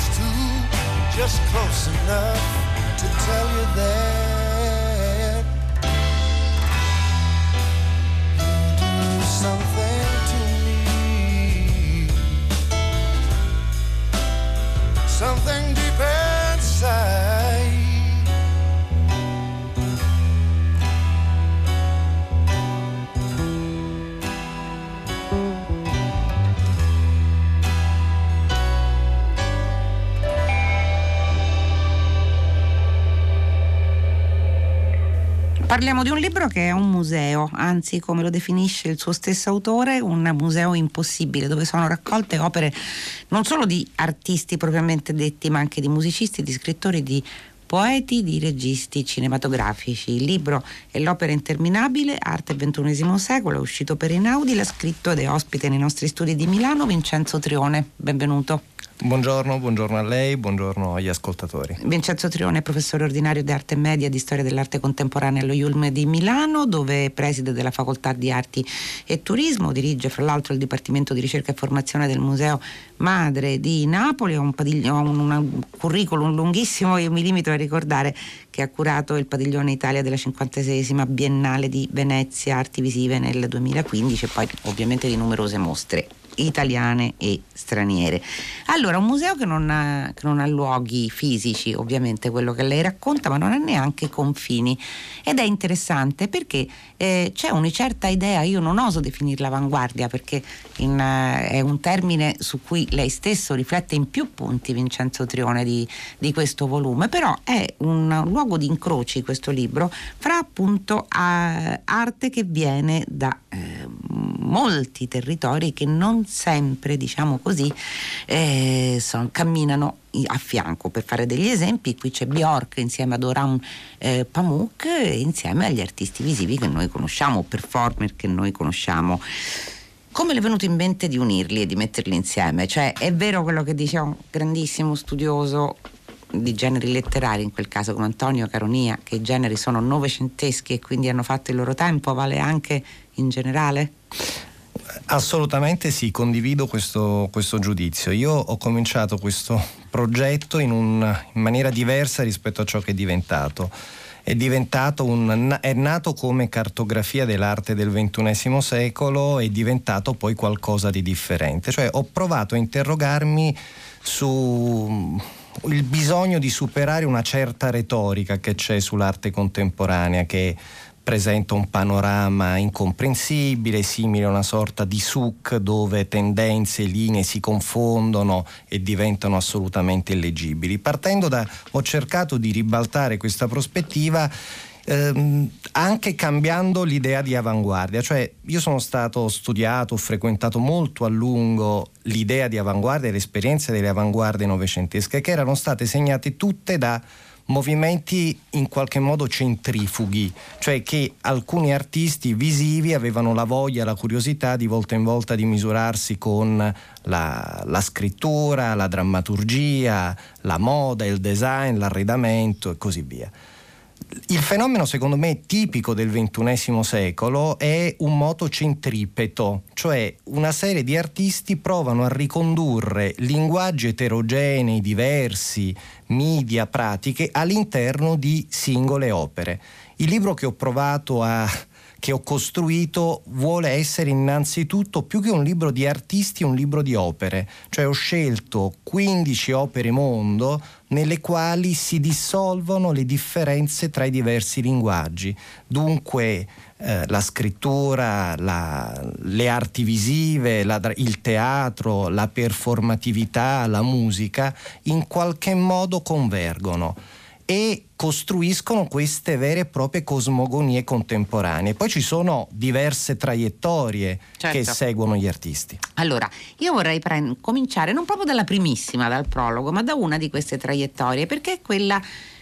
Just close enough to tell you that Parliamo di un libro che è un museo, anzi, come lo definisce il suo stesso autore, un museo impossibile, dove sono raccolte opere non solo di artisti propriamente detti, ma anche di musicisti, di scrittori, di poeti, di registi cinematografici. Il libro è L'opera interminabile, arte ventunesimo secolo, è uscito per Einaudi, l'ha scritto ed è ospite nei nostri studi di Milano Vincenzo Trione. Benvenuto. Buongiorno, buongiorno a lei, buongiorno agli ascoltatori. Vincenzo Trione è professore ordinario di arte media e di storia dell'arte contemporanea allo I U L M di Milano, dove è preside della facoltà di arti e turismo, dirige fra l'altro il Dipartimento di ricerca e formazione del Museo Madre di Napoli, ha un, padiglio, un, un curriculum lunghissimo. Io mi limito a ricordare che ha curato il padiglione Italia della cinquantaseiesima Biennale di Venezia Arti Visive nel duemilaquindici e poi ovviamente di numerose mostre italiane e straniere. Allora, un museo che non ha, che non ha luoghi fisici, ovviamente quello che lei racconta, ma non ha neanche confini, ed è interessante perché eh, c'è una certa idea, io non oso definirla avanguardia perché in, uh, è un termine su cui lei stesso riflette in più punti, Vincenzo Trione, di, di questo volume, però è un luogo di incroci questo libro fra appunto uh, arte che viene da uh, molti territori che non sempre, diciamo così, eh, son, camminano a fianco. Per fare degli esempi, qui c'è Bjork insieme ad Orhan eh, Pamuk e insieme agli artisti visivi che noi conosciamo, performer che noi conosciamo. Come le è venuto in mente di unirli e di metterli insieme? Cioè, è vero quello che diceva un grandissimo studioso di generi letterari, in quel caso come Antonio Caronia, che i generi sono novecenteschi e quindi hanno fatto il loro tempo, vale anche in generale? Assolutamente sì, condivido questo, questo giudizio. Io ho cominciato questo progetto in, un, in maniera diversa rispetto a ciò che è diventato. È diventato un, è nato come cartografia dell'arte del ventunesimo secolo, è diventato poi qualcosa di differente. Cioè ho provato a interrogarmi su il bisogno di superare una certa retorica che c'è sull'arte contemporanea, che presenta un panorama incomprensibile, simile a una sorta di suc dove tendenze e linee si confondono e diventano assolutamente illeggibili. Partendo da, ho cercato di ribaltare questa prospettiva ehm, anche cambiando l'idea di avanguardia. Cioè, io sono stato ho studiato, ho frequentato molto a lungo l'idea di avanguardia e le esperienze delle avanguardie novecentesche, che erano state segnate tutte da movimenti in qualche modo centrifughi, cioè che alcuni artisti visivi avevano la voglia, la curiosità di volta in volta di misurarsi con la, la scrittura, la drammaturgia, la moda, il design, l'arredamento e così via. Il fenomeno, secondo me, tipico del ventunesimo secolo è un moto centripeto, cioè una serie di artisti provano a ricondurre linguaggi eterogenei, diversi, media, pratiche all'interno di singole opere. Il libro che ho provato a che ho costruito vuole essere innanzitutto, più che un libro di artisti, un libro di opere. Cioè ho scelto quindici opere mondo nelle quali si dissolvono le differenze tra i diversi linguaggi. Dunque eh, la scrittura, la, le arti visive, la, il teatro, la performatività, la musica in qualche modo convergono e costruiscono queste vere e proprie cosmogonie contemporanee. Poi ci sono diverse traiettorie, certo, che seguono gli artisti. Allora, io vorrei pre- cominciare non proprio dalla primissima, dal prologo, ma da una di queste traiettorie, perché è quella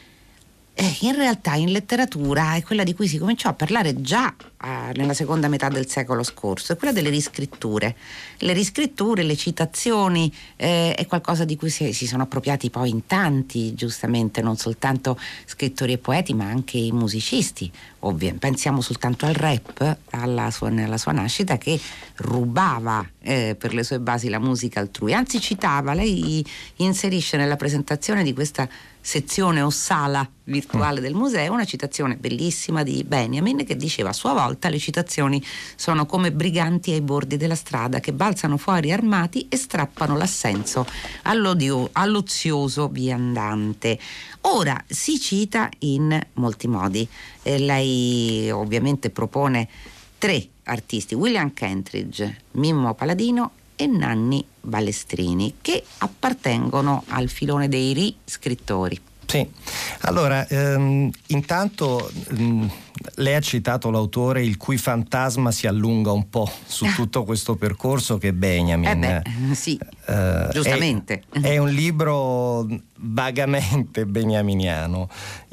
eh, in realtà in letteratura è quella di cui si cominciò a parlare già eh, nella seconda metà del secolo scorso, è quella delle riscritture. Le riscritture, le citazioni eh, è qualcosa di cui si, si sono appropriati poi in tanti, giustamente, non soltanto scrittori e poeti ma anche i musicisti. Ovvio, pensiamo soltanto al rap, alla sua, nella sua nascita, che rubava eh, per le sue basi la musica altrui, anzi citava, lei inserisce nella presentazione di questa sezione o sala virtuale del museo una citazione bellissima di Benjamin che diceva: a sua volta le citazioni sono come briganti ai bordi della strada che balzano fuori armati e strappano l'assenso all'odio, all'ozioso viandante. Ora si cita in molti modi, eh, lei ovviamente propone tre artisti, William Kentridge, Mimmo Paladino e Nanni Balestrini, che appartengono al filone dei riscrittori. Sì, allora ehm, intanto mh, lei ha citato l'autore il cui fantasma si allunga un po' su tutto questo percorso, che è Benjamin. Eh beh, sì, eh, giustamente. È, è un libro vagamente beniaminiano.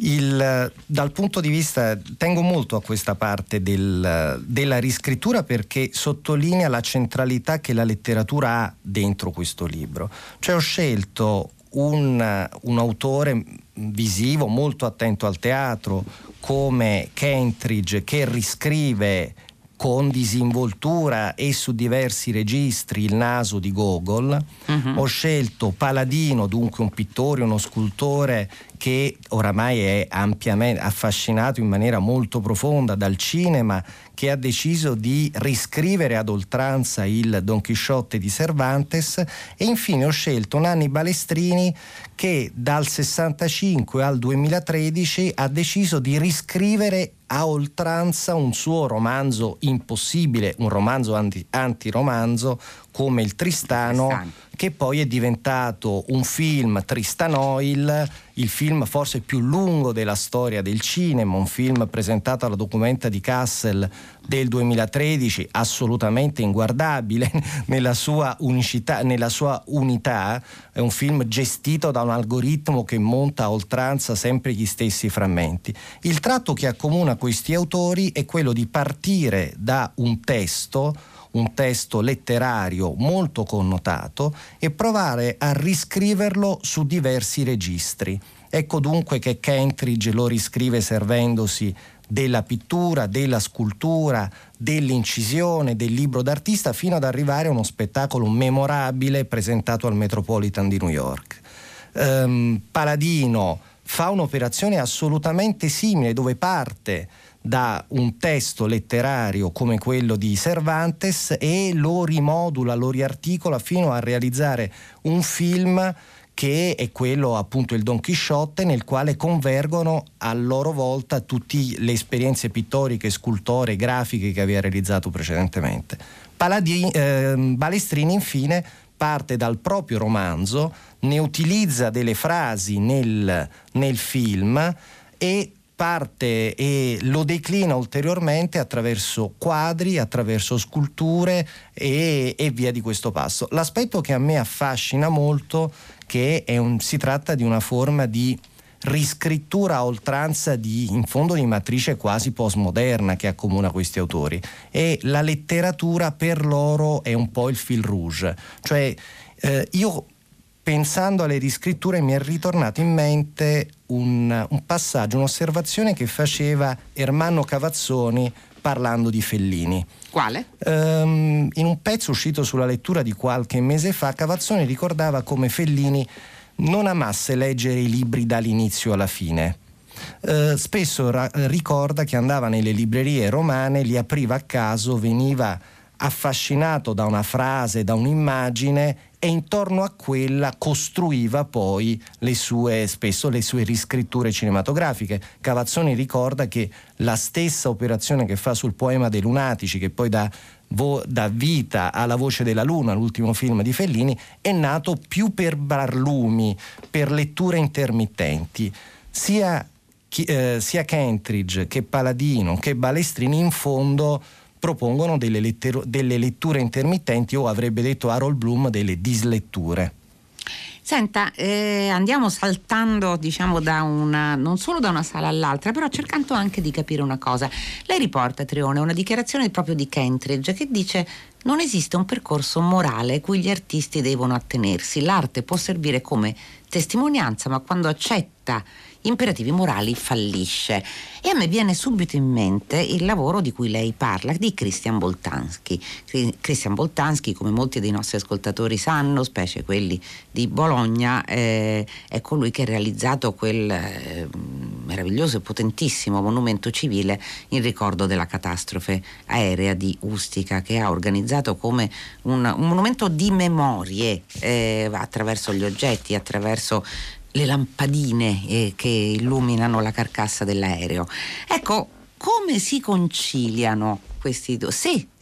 Il, dal punto di vista, tengo molto a questa parte del, della riscrittura, perché sottolinea la centralità che la letteratura ha dentro questo libro. Cioè ho scelto un, un autore visivo molto attento al teatro come Kentridge, che riscrive con disinvoltura e su diversi registri il naso di Gogol. Uh-huh. Ho scelto Paladino, dunque un pittore, uno scultore che oramai è ampiamente affascinato in maniera molto profonda dal cinema, che ha deciso di riscrivere ad oltranza il Don Chisciotte di Cervantes. E infine ho scelto Nanni Balestrini, che dal sessantacinque al duemilatredici ha deciso di riscrivere a oltranza un suo romanzo impossibile, un romanzo anti, antiromanzo come il Tristano, Tristano, che poi è diventato un film, Tristanoil, il film forse più lungo della storia del cinema, un film presentato alla Documenta di Kassel del duemilatredici, assolutamente inguardabile nella sua unicità, nella sua unità. È un film gestito da un algoritmo che monta a oltranza sempre gli stessi frammenti. Il tratto che accomuna questi autori è quello di partire da un testo, un testo letterario molto connotato, e provare a riscriverlo su diversi registri. Ecco dunque che Kentridge lo riscrive servendosi della pittura, della scultura, dell'incisione, del libro d'artista, fino ad arrivare a uno spettacolo memorabile presentato al Metropolitan di New York. Um, Paladino fa un'operazione assolutamente simile, dove parte da un testo letterario come quello di Cervantes e lo rimodula, lo riarticola fino a realizzare un film che è quello, appunto, il Don Chisciotte, nel quale convergono a loro volta tutte le esperienze pittoriche, scultoree, grafiche che aveva realizzato precedentemente. Paladini, eh, Balestrini infine parte dal proprio romanzo, ne utilizza delle frasi nel, nel film e parte e lo declina ulteriormente attraverso quadri, attraverso sculture e, e via di questo passo. L'aspetto che a me affascina molto, che è un, si tratta di una forma di riscrittura a oltranza di, in fondo, di matrice quasi postmoderna che accomuna questi autori, e la letteratura per loro è un po' il fil rouge. Cioè eh, io pensando alle riscritture mi è ritornato in mente un, un passaggio, un'osservazione che faceva Ermanno Cavazzoni parlando di Fellini. Quale? Um, in un pezzo uscito sulla lettura di qualche mese fa, Cavazzoni ricordava come Fellini non amasse leggere i libri dall'inizio alla fine. Uh, spesso ra- ricorda che andava nelle librerie romane, li apriva a caso, veniva affascinato da una frase, da un'immagine, e intorno a quella costruiva poi le sue, spesso le sue riscritture cinematografiche. Cavazzoni ricorda che la stessa operazione che fa sul Poema dei Lunatici, che poi dà, vo, dà vita alla Voce della Luna, l'ultimo film di Fellini, è nato più per barlumi, per letture intermittenti. Sia, eh, sia Kentridge che Paladino che Balestrini in fondo propongono delle, lettero, delle letture intermittenti, o avrebbe detto Harold Bloom delle disletture. Senta, eh, andiamo saltando, diciamo, da una, non solo da una sala all'altra, però cercando anche di capire una cosa. Lei riporta, Trione, una dichiarazione proprio di Kentridge che dice: non esiste un percorso morale cui gli artisti devono attenersi. L'arte può servire come testimonianza, ma quando accetta imperativi morali fallisce. E a me viene subito in mente il lavoro di cui lei parla, di Christian Boltanski. Christian Boltanski, come molti dei nostri ascoltatori sanno, specie quelli di Bologna, eh, è colui che ha realizzato quel eh, meraviglioso e potentissimo monumento civile in ricordo della catastrofe aerea di Ustica, che ha organizzato come un, un monumento di memorie eh, attraverso gli oggetti, attraverso le lampadine eh, che illuminano la carcassa dell'aereo. Ecco, come si conciliano questi due? Se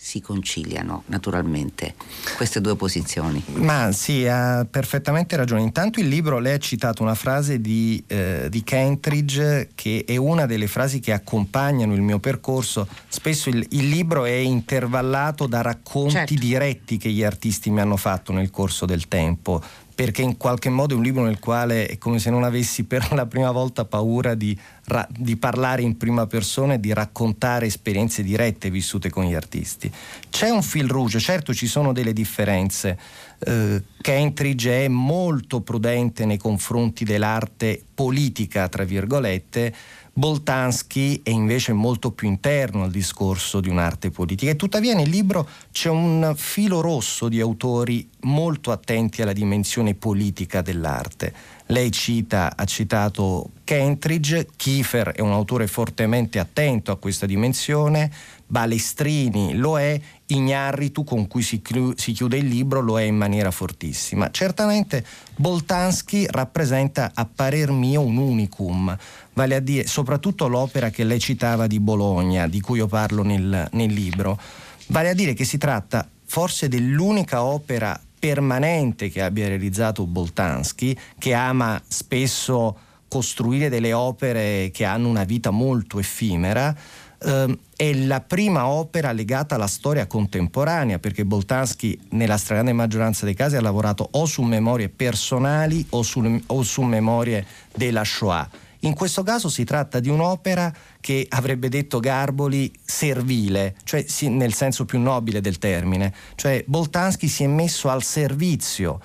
si conciliano naturalmente queste due posizioni? Ma sì, ha perfettamente ragione. Intanto il libro, lei ha citato una frase di, eh, di Kentridge, che è una delle frasi che accompagnano il mio percorso. Spesso il, il libro è intervallato da racconti certo. diretti che gli artisti mi hanno fatto nel corso del tempo, perché in qualche modo è un libro nel quale è come se non avessi per la prima volta paura di, ra- di parlare in prima persona e di raccontare esperienze dirette vissute con gli artisti. C'è un fil rouge, certo ci sono delle differenze. Uh, Kentridge è molto prudente nei confronti dell'arte politica, tra virgolette. Boltanski è invece molto più interno al discorso di un'arte politica, e tuttavia nel libro c'è un filo rosso di autori molto attenti alla dimensione politica dell'arte. Lei cita, ha citato Kentridge, Kiefer è un autore fortemente attento a questa dimensione, Balestrini lo è, Ignarritu, con cui si, chiu- si chiude il libro, lo è in maniera fortissima. Certamente Boltanski rappresenta, a parer mio, un unicum, vale a dire soprattutto l'opera che lei citava di Bologna, di cui io parlo nel, nel libro, vale a dire che si tratta forse dell'unica opera permanente che abbia realizzato Boltanski, che ama spesso costruire delle opere che hanno una vita molto effimera. Uh, è la prima opera legata alla storia contemporanea, perché Boltanski nella stragrande maggioranza dei casi ha lavorato o su memorie personali o su, o su memorie della Shoah. In questo caso si tratta di un'opera che, avrebbe detto Garboli, servile, cioè sì, nel senso più nobile del termine, cioè Boltanski si è messo al servizio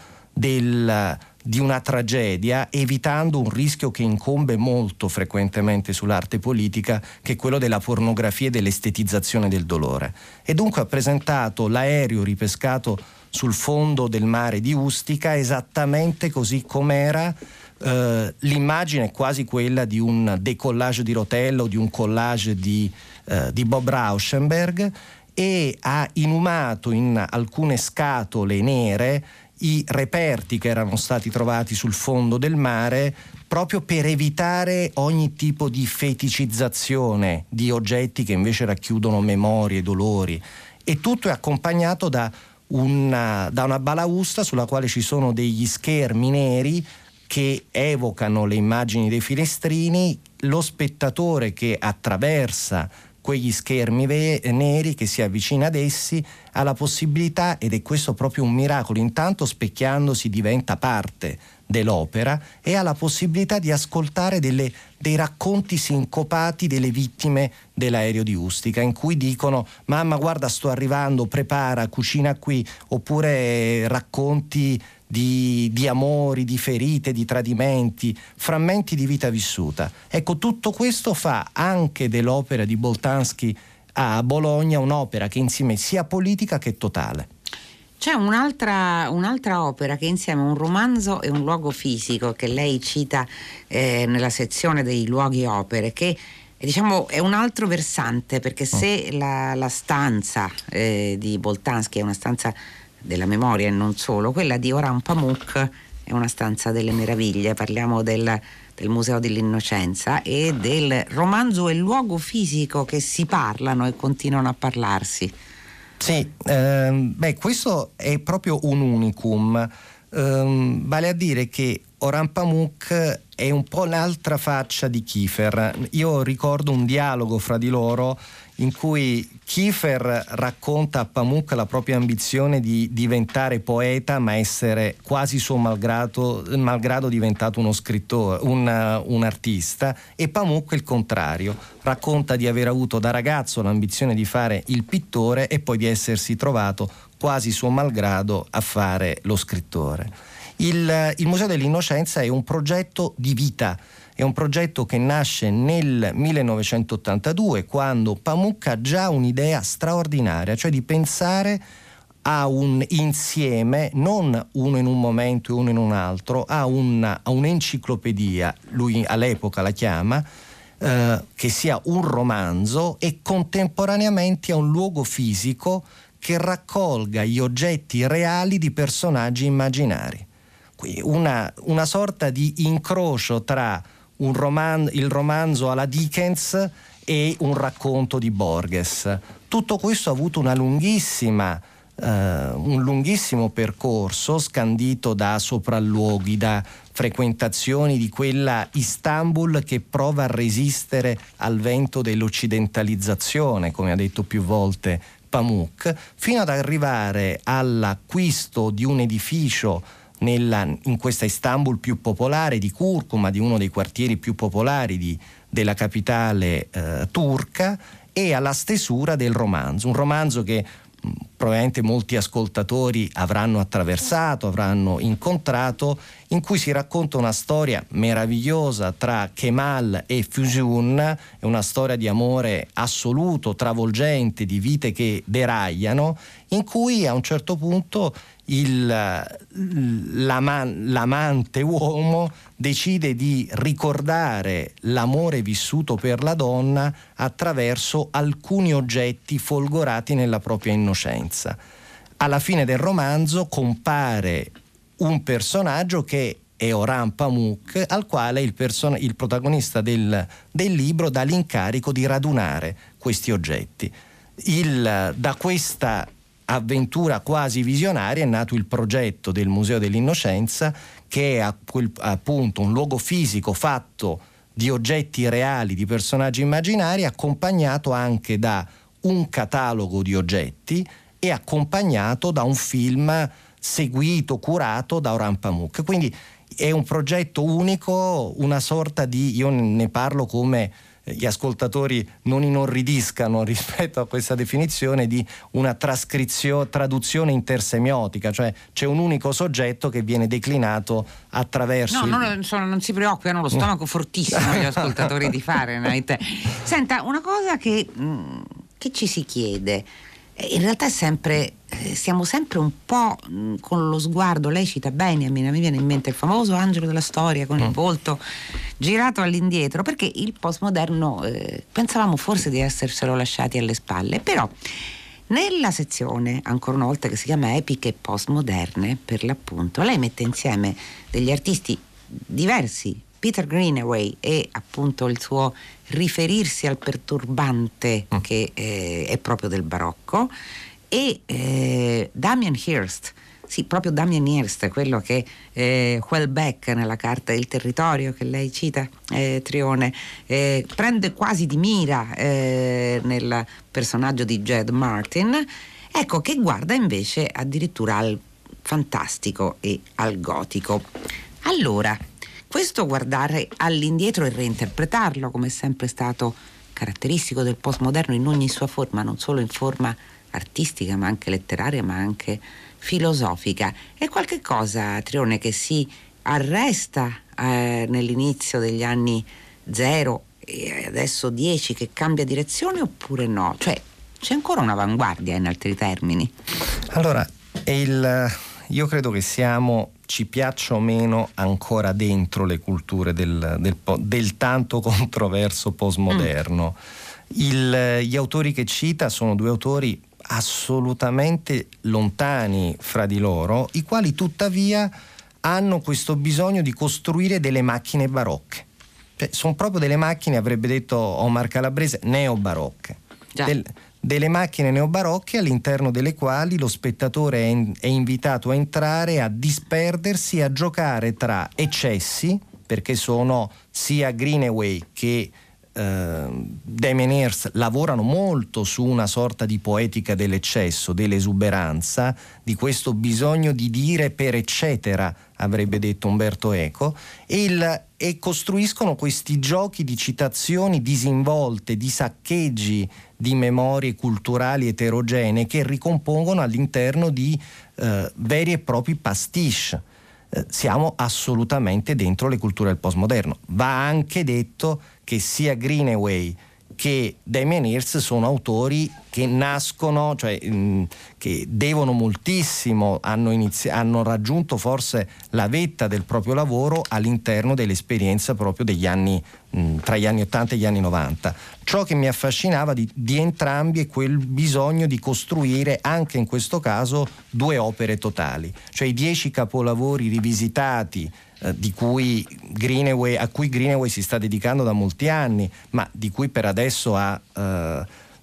del di una tragedia, evitando un rischio che incombe molto frequentemente sull'arte politica, che è quello della pornografia e dell'estetizzazione del dolore. E dunque ha presentato l'aereo ripescato sul fondo del mare di Ustica esattamente così com'era. Uh, l'immagine è quasi quella di un decollage di Rotella o di un collage di, uh, di Bob Rauschenberg, e ha inumato in alcune scatole nere i reperti che erano stati trovati sul fondo del mare, proprio per evitare ogni tipo di feticizzazione di oggetti che invece racchiudono memorie, dolori, e tutto è accompagnato da una, da una balaustra sulla quale ci sono degli schermi neri che evocano le immagini dei finestrini. Lo spettatore che attraversa quegli schermi ve- neri, che si avvicina ad essi, ha la possibilità, ed è questo proprio un miracolo, intanto specchiandosi diventa parte dell'opera e ha la possibilità di ascoltare delle, dei racconti sincopati delle vittime dell'aereo di Ustica, in cui dicono: mamma, guarda, sto arrivando, prepara, cucina qui, oppure racconti Di, di amori, di ferite, di tradimenti, frammenti di vita vissuta. Ecco, tutto questo fa anche dell'opera di Boltanski a Bologna un'opera che insieme sia politica che totale. C'è un'altra, un'altra opera che insieme un romanzo e un luogo fisico, che lei cita eh, nella sezione dei luoghi opere, che diciamo è un altro versante, perché se la, la stanza eh, di Boltanski è una stanza della memoria e non solo, quella di Orhan Pamuk è una stanza delle meraviglie. Parliamo del, del Museo dell'Innocenza e del romanzo e luogo fisico che si parlano e continuano a parlarsi. Sì, ehm, beh, questo è proprio un unicum, ehm, vale a dire che Orhan Pamuk è un po' l'altra faccia di Kiefer. Io ricordo un dialogo fra di loro in cui Kiefer racconta a Pamuk la propria ambizione di diventare poeta, ma essere quasi suo malgrado, malgrado diventato uno scrittore, un, un artista, e Pamuk il contrario, racconta di aver avuto da ragazzo l'ambizione di fare il pittore e poi di essersi trovato quasi suo malgrado a fare lo scrittore. Il, il Museo dell'Innocenza è un progetto di vita, è un progetto che nasce nel millenovecentottantadue, quando Pamuk ha già un'idea straordinaria, cioè di pensare a un insieme, non uno in un momento e uno in un altro, a, una, a un'enciclopedia, lui all'epoca la chiama, eh, che sia un romanzo e contemporaneamente a un luogo fisico che raccolga gli oggetti reali di personaggi immaginari. Una, una sorta di incrocio tra un roman- il romanzo alla Dickens e un racconto di Borges. Tutto questo ha avuto una lunghissima Uh, un lunghissimo percorso scandito da sopralluoghi, da frequentazioni di quella Istanbul che prova a resistere al vento dell'occidentalizzazione, come ha detto più volte Pamuk, fino ad arrivare all'acquisto di un edificio nella, in questa Istanbul più popolare di Curcuma, di uno dei quartieri più popolari di, della capitale uh, turca, e alla stesura del romanzo, un romanzo che probabilmente molti ascoltatori avranno attraversato, avranno incontrato, in cui si racconta una storia meravigliosa tra Kemal e Füsun, è una storia di amore assoluto, travolgente, di vite che deragliano, in cui a un certo punto il, l'ama, l'amante uomo decide di ricordare l'amore vissuto per la donna attraverso alcuni oggetti folgorati nella propria innocenza. Alla fine del romanzo compare un personaggio che è Orhan Pamuk, al quale il, person- il protagonista del, del libro dà l'incarico di radunare questi oggetti. Il, da questa avventura quasi visionaria è nato il progetto del Museo dell'Innocenza, che è appunto un luogo fisico fatto di oggetti reali, di personaggi immaginari, accompagnato anche da un catalogo di oggetti e accompagnato da un film seguito, curato da Orhan Pamuk. Quindi è un progetto unico, una sorta di, io ne parlo come gli ascoltatori non inorridiscano rispetto a questa definizione, di una trascrizione, traduzione intersemiotica, cioè c'è un unico soggetto che viene declinato attraverso. No, il... non, sono, non si preoccupano, lo stomaco fortissimo gli ascoltatori di Fahrenheit. Senta, una cosa che, che ci si chiede, in realtà è sempre, eh, siamo sempre un po' mh, con lo sguardo, lei cita Benjamin, a me viene in mente il famoso angelo della storia con mm. il volto girato all'indietro, perché il postmoderno eh, pensavamo forse di esserselo lasciati alle spalle, però nella sezione, ancora una volta, che si chiama Epiche postmoderne, per l'appunto, lei mette insieme degli artisti diversi, Peter Greenaway e appunto il suo riferirsi al perturbante mm. che eh, è proprio del barocco, e eh, Damien Hirst, sì, proprio Damien Hirst, quello che eh, Houellebecq nella Carta del Territorio che lei cita, eh, Trione, eh, prende quasi di mira eh, nel personaggio di Jed Martin, ecco, che guarda invece addirittura al fantastico e al gotico. Allora, questo guardare all'indietro e reinterpretarlo, come è sempre stato caratteristico del postmoderno in ogni sua forma, non solo in forma artistica ma anche letteraria, ma anche filosofica, è qualche cosa, Trione, che si arresta eh, nell'inizio degli anni zero e adesso dieci, che cambia direzione, oppure no? Cioè c'è ancora un'avanguardia, in altri termini? Allora, il, io credo che siamo, ci piaccia o meno, ancora dentro le culture del, del, del tanto controverso postmoderno. Mm. Il, gli autori che cita sono due autori assolutamente lontani fra di loro, i quali tuttavia hanno questo bisogno di costruire delle macchine barocche. Cioè, sono proprio delle macchine, avrebbe detto Omar Calabrese, neobarocche. Del, delle macchine neobarocche all'interno delle quali lo spettatore è, in, è invitato a entrare, a disperdersi, a giocare tra eccessi, perché sono sia Greenaway che Uh, Damien Hirst lavorano molto su una sorta di poetica dell'eccesso, dell'esuberanza, di questo bisogno di dire per eccetera, avrebbe detto Umberto Eco, e, il, e costruiscono questi giochi di citazioni disinvolte, di saccheggi di memorie culturali eterogenee che ricompongono all'interno di uh, veri e propri pastiche. Uh, siamo assolutamente dentro le culture del postmoderno. Va anche detto che sia Greenaway che Damien Hirst sono autori che nascono, cioè mh, che devono moltissimo, hanno, inizi- hanno raggiunto forse la vetta del proprio lavoro all'interno dell'esperienza proprio degli anni, mh, tra gli anni ottanta e gli anni novanta. Ciò che mi affascinava di, di entrambi è quel bisogno di costruire, anche in questo caso, due opere totali, cioè i dieci capolavori rivisitati di cui Greenaway, a cui Greenaway si sta dedicando da molti anni, ma di cui per adesso ha eh,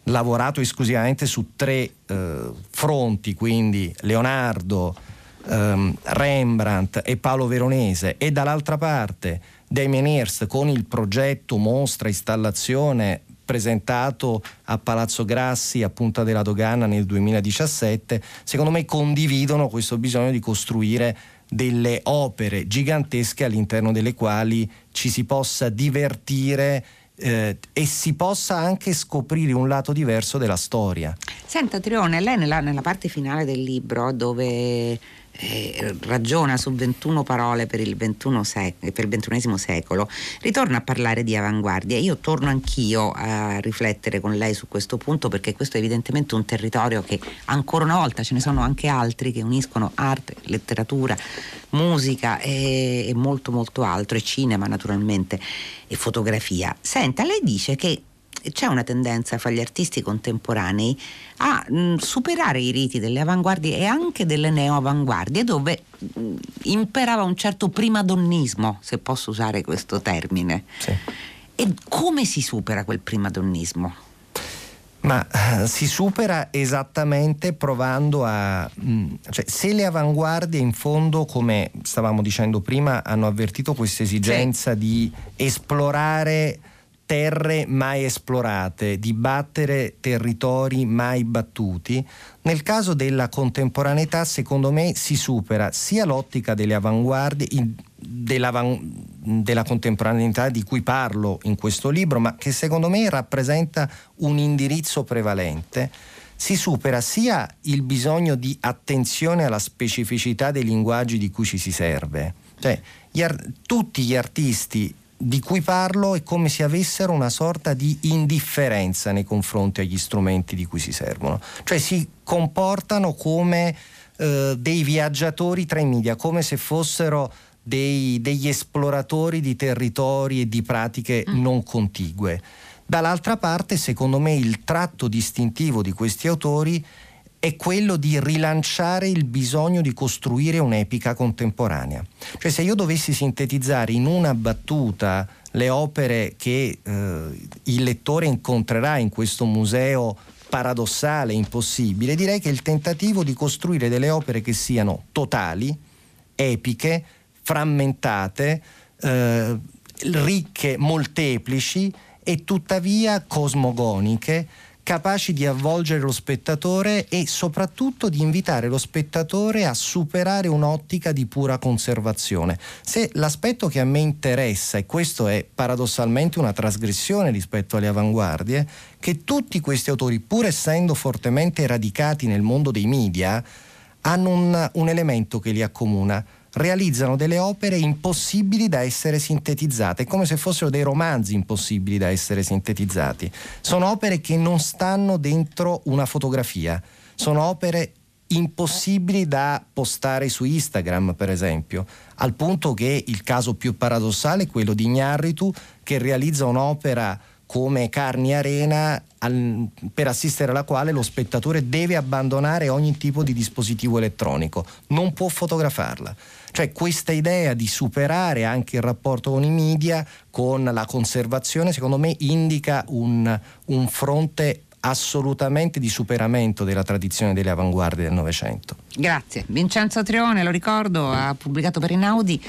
lavorato esclusivamente su tre eh, fronti, quindi Leonardo, ehm, Rembrandt e Paolo Veronese, e dall'altra parte Damien Hirst con il progetto mostra installazione presentato a Palazzo Grassi a Punta della Dogana nel duemiladiciassette, secondo me condividono questo bisogno di costruire delle opere gigantesche all'interno delle quali ci si possa divertire eh, e si possa anche scoprire un lato diverso della storia. Senta Trione, lei nella, nella parte finale del libro, dove eh, ragiona su ventuno parole per il, ventuno sec- per il ventunesimo secolo, ritorna a parlare di avanguardia. Io torno anch'io a riflettere con lei su questo punto, perché questo è evidentemente un territorio che ancora una volta, ce ne sono anche altri che uniscono arte, letteratura, musica e, e molto molto altro, e cinema naturalmente, e fotografia. Senta, lei dice che c'è una tendenza fra gli artisti contemporanei a mh, superare i riti delle avanguardie e anche delle neoavanguardie, dove mh, imperava un certo primadonnismo, se posso usare questo termine. Sì. E come si supera quel primadonnismo? Ma uh, si supera esattamente provando a mh, cioè, se le avanguardie in fondo, come stavamo dicendo prima, hanno avvertito questa esigenza sì. di esplorare terre mai esplorate, di battere territori mai battuti, nel caso della contemporaneità secondo me si supera sia l'ottica delle avanguardie, in, della contemporaneità di cui parlo in questo libro, ma che secondo me rappresenta un indirizzo prevalente. Si supera sia il bisogno di attenzione alla specificità dei linguaggi di cui ci si serve, cioè gli ar- tutti gli artisti di cui parlo è come se avessero una sorta di indifferenza nei confronti agli strumenti di cui si servono, cioè si comportano come eh, dei viaggiatori tra i media, come se fossero dei, degli esploratori di territori e di pratiche mm. non contigue. Dall'altra parte, secondo me, il tratto distintivo di questi autori è quello di rilanciare il bisogno di costruire un'epica contemporanea. Cioè, se io dovessi sintetizzare in una battuta le opere che eh, il lettore incontrerà in questo museo paradossale, impossibile, direi che il tentativo di costruire delle opere che siano totali, epiche, frammentate, eh, ricche, molteplici e tuttavia cosmogoniche, capaci di avvolgere lo spettatore e soprattutto di invitare lo spettatore a superare un'ottica di pura conservazione. Se l'aspetto che a me interessa, e questo è paradossalmente una trasgressione rispetto alle avanguardie, che tutti questi autori, pur essendo fortemente radicati nel mondo dei media, hanno un, un elemento che li accomuna: realizzano delle opere impossibili da essere sintetizzate, come se fossero dei romanzi impossibili da essere sintetizzati. Sono opere che non stanno dentro una fotografia, sono opere impossibili da postare su Instagram, per esempio, al punto che il caso più paradossale è quello di Iñárritu, che realizza un'opera come Carni Arena, al, per assistere alla quale lo spettatore deve abbandonare ogni tipo di dispositivo elettronico, non può fotografarla. Cioè, questa idea di superare anche il rapporto con i media, con la conservazione, secondo me indica un, un fronte assolutamente di superamento della tradizione delle avanguardie del Novecento. Grazie. Vincenzo Trione, lo ricordo, ha pubblicato per Einaudi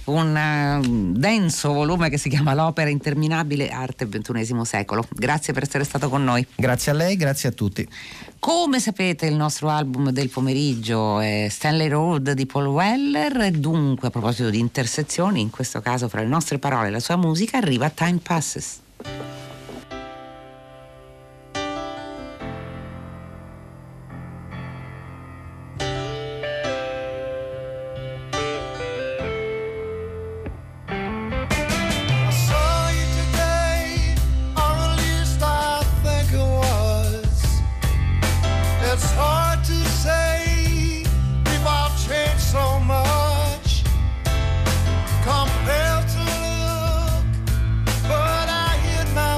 un uh, denso volume che si chiama L'opera interminabile, arte del ventunesimo secolo. Grazie per essere stato con noi. Grazie a lei, grazie a tutti. Come sapete, il nostro album del pomeriggio è Stanley Road di Paul Weller, e dunque, a proposito di intersezioni, in questo caso fra le nostre parole e la sua musica, arriva Time Passes. Compelled to look, but I hid my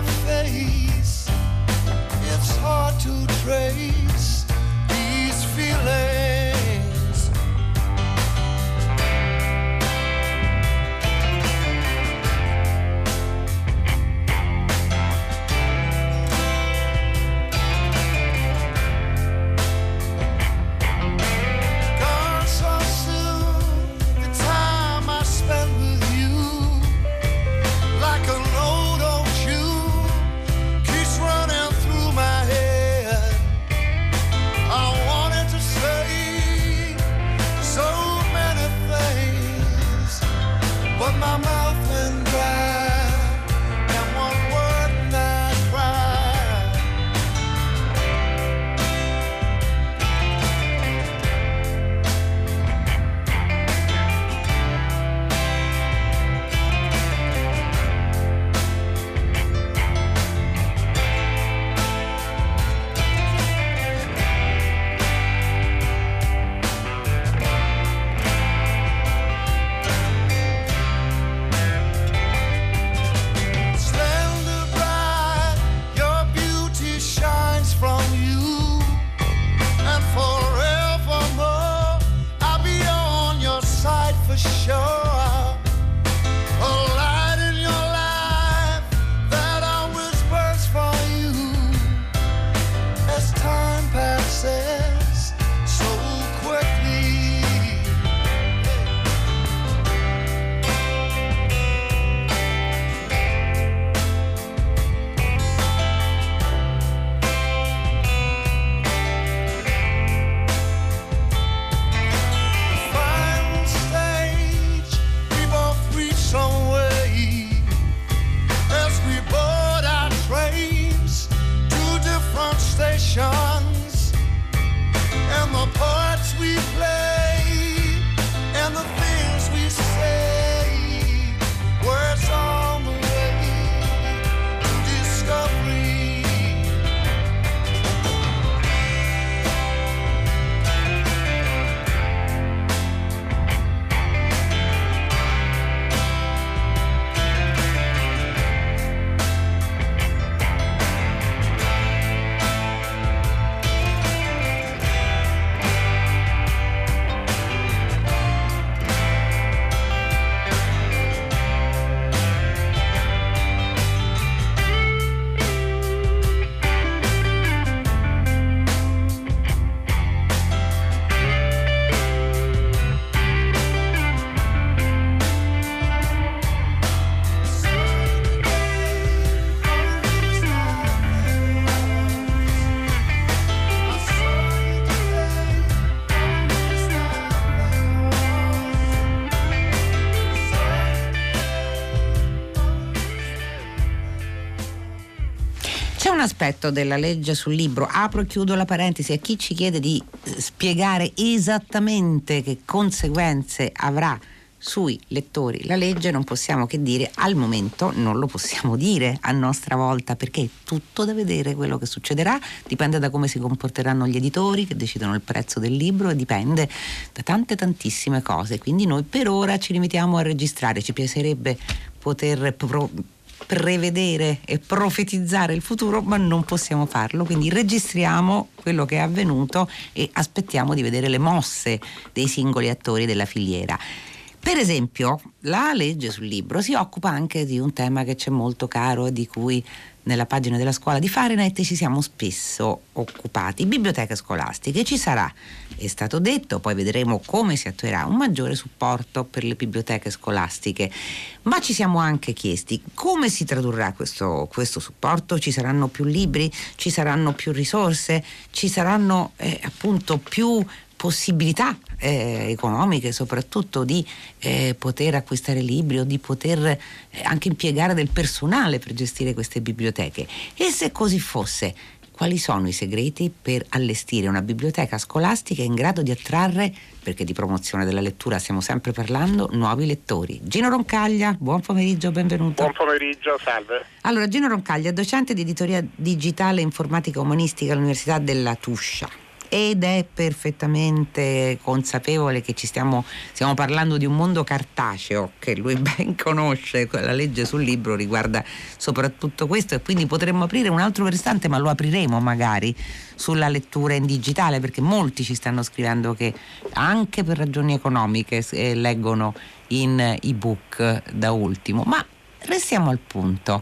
Un aspetto della legge sul libro, apro e chiudo la parentesi, a chi ci chiede di spiegare esattamente che conseguenze avrà sui lettori la legge, non possiamo che dire al momento non lo possiamo dire a nostra volta, perché è tutto da vedere quello che succederà, dipende da come si comporteranno gli editori che decidono il prezzo del libro e dipende da tante tantissime cose, quindi noi per ora ci limitiamo a registrare, ci piacerebbe poter pro- prevedere e profetizzare il futuro, ma non possiamo farlo, quindi registriamo quello che è avvenuto e aspettiamo di vedere le mosse dei singoli attori della filiera. Per esempio, la legge sul libro si occupa anche di un tema che c'è molto caro e di cui nella pagina della scuola di Fahrenheit ci siamo spesso occupati. Biblioteche scolastiche. Ci sarà, è stato detto, poi vedremo come si attuerà, un maggiore supporto per le biblioteche scolastiche, ma ci siamo anche chiesti come si tradurrà questo, questo supporto. Ci saranno più libri, ci saranno più risorse, ci saranno eh, appunto più possibilità eh, economiche, soprattutto di eh, poter acquistare libri o di poter eh, anche impiegare del personale per gestire queste biblioteche. E se così fosse, quali sono i segreti per allestire una biblioteca scolastica in grado di attrarre, perché di promozione della lettura stiamo sempre parlando, nuovi lettori? Gino Roncaglia, buon pomeriggio, benvenuto. Buon pomeriggio, salve. Allora, Gino Roncaglia, docente di editoria digitale e informatica umanistica all'Università della Tuscia, ed è perfettamente consapevole che ci stiamo, stiamo parlando di un mondo cartaceo che lui ben conosce. La legge sul libro riguarda soprattutto questo e quindi potremmo aprire un altro versante, ma lo apriremo magari sulla lettura in digitale, perché molti ci stanno scrivendo che anche per ragioni economiche eh, leggono in ebook da ultimo. Ma restiamo al punto.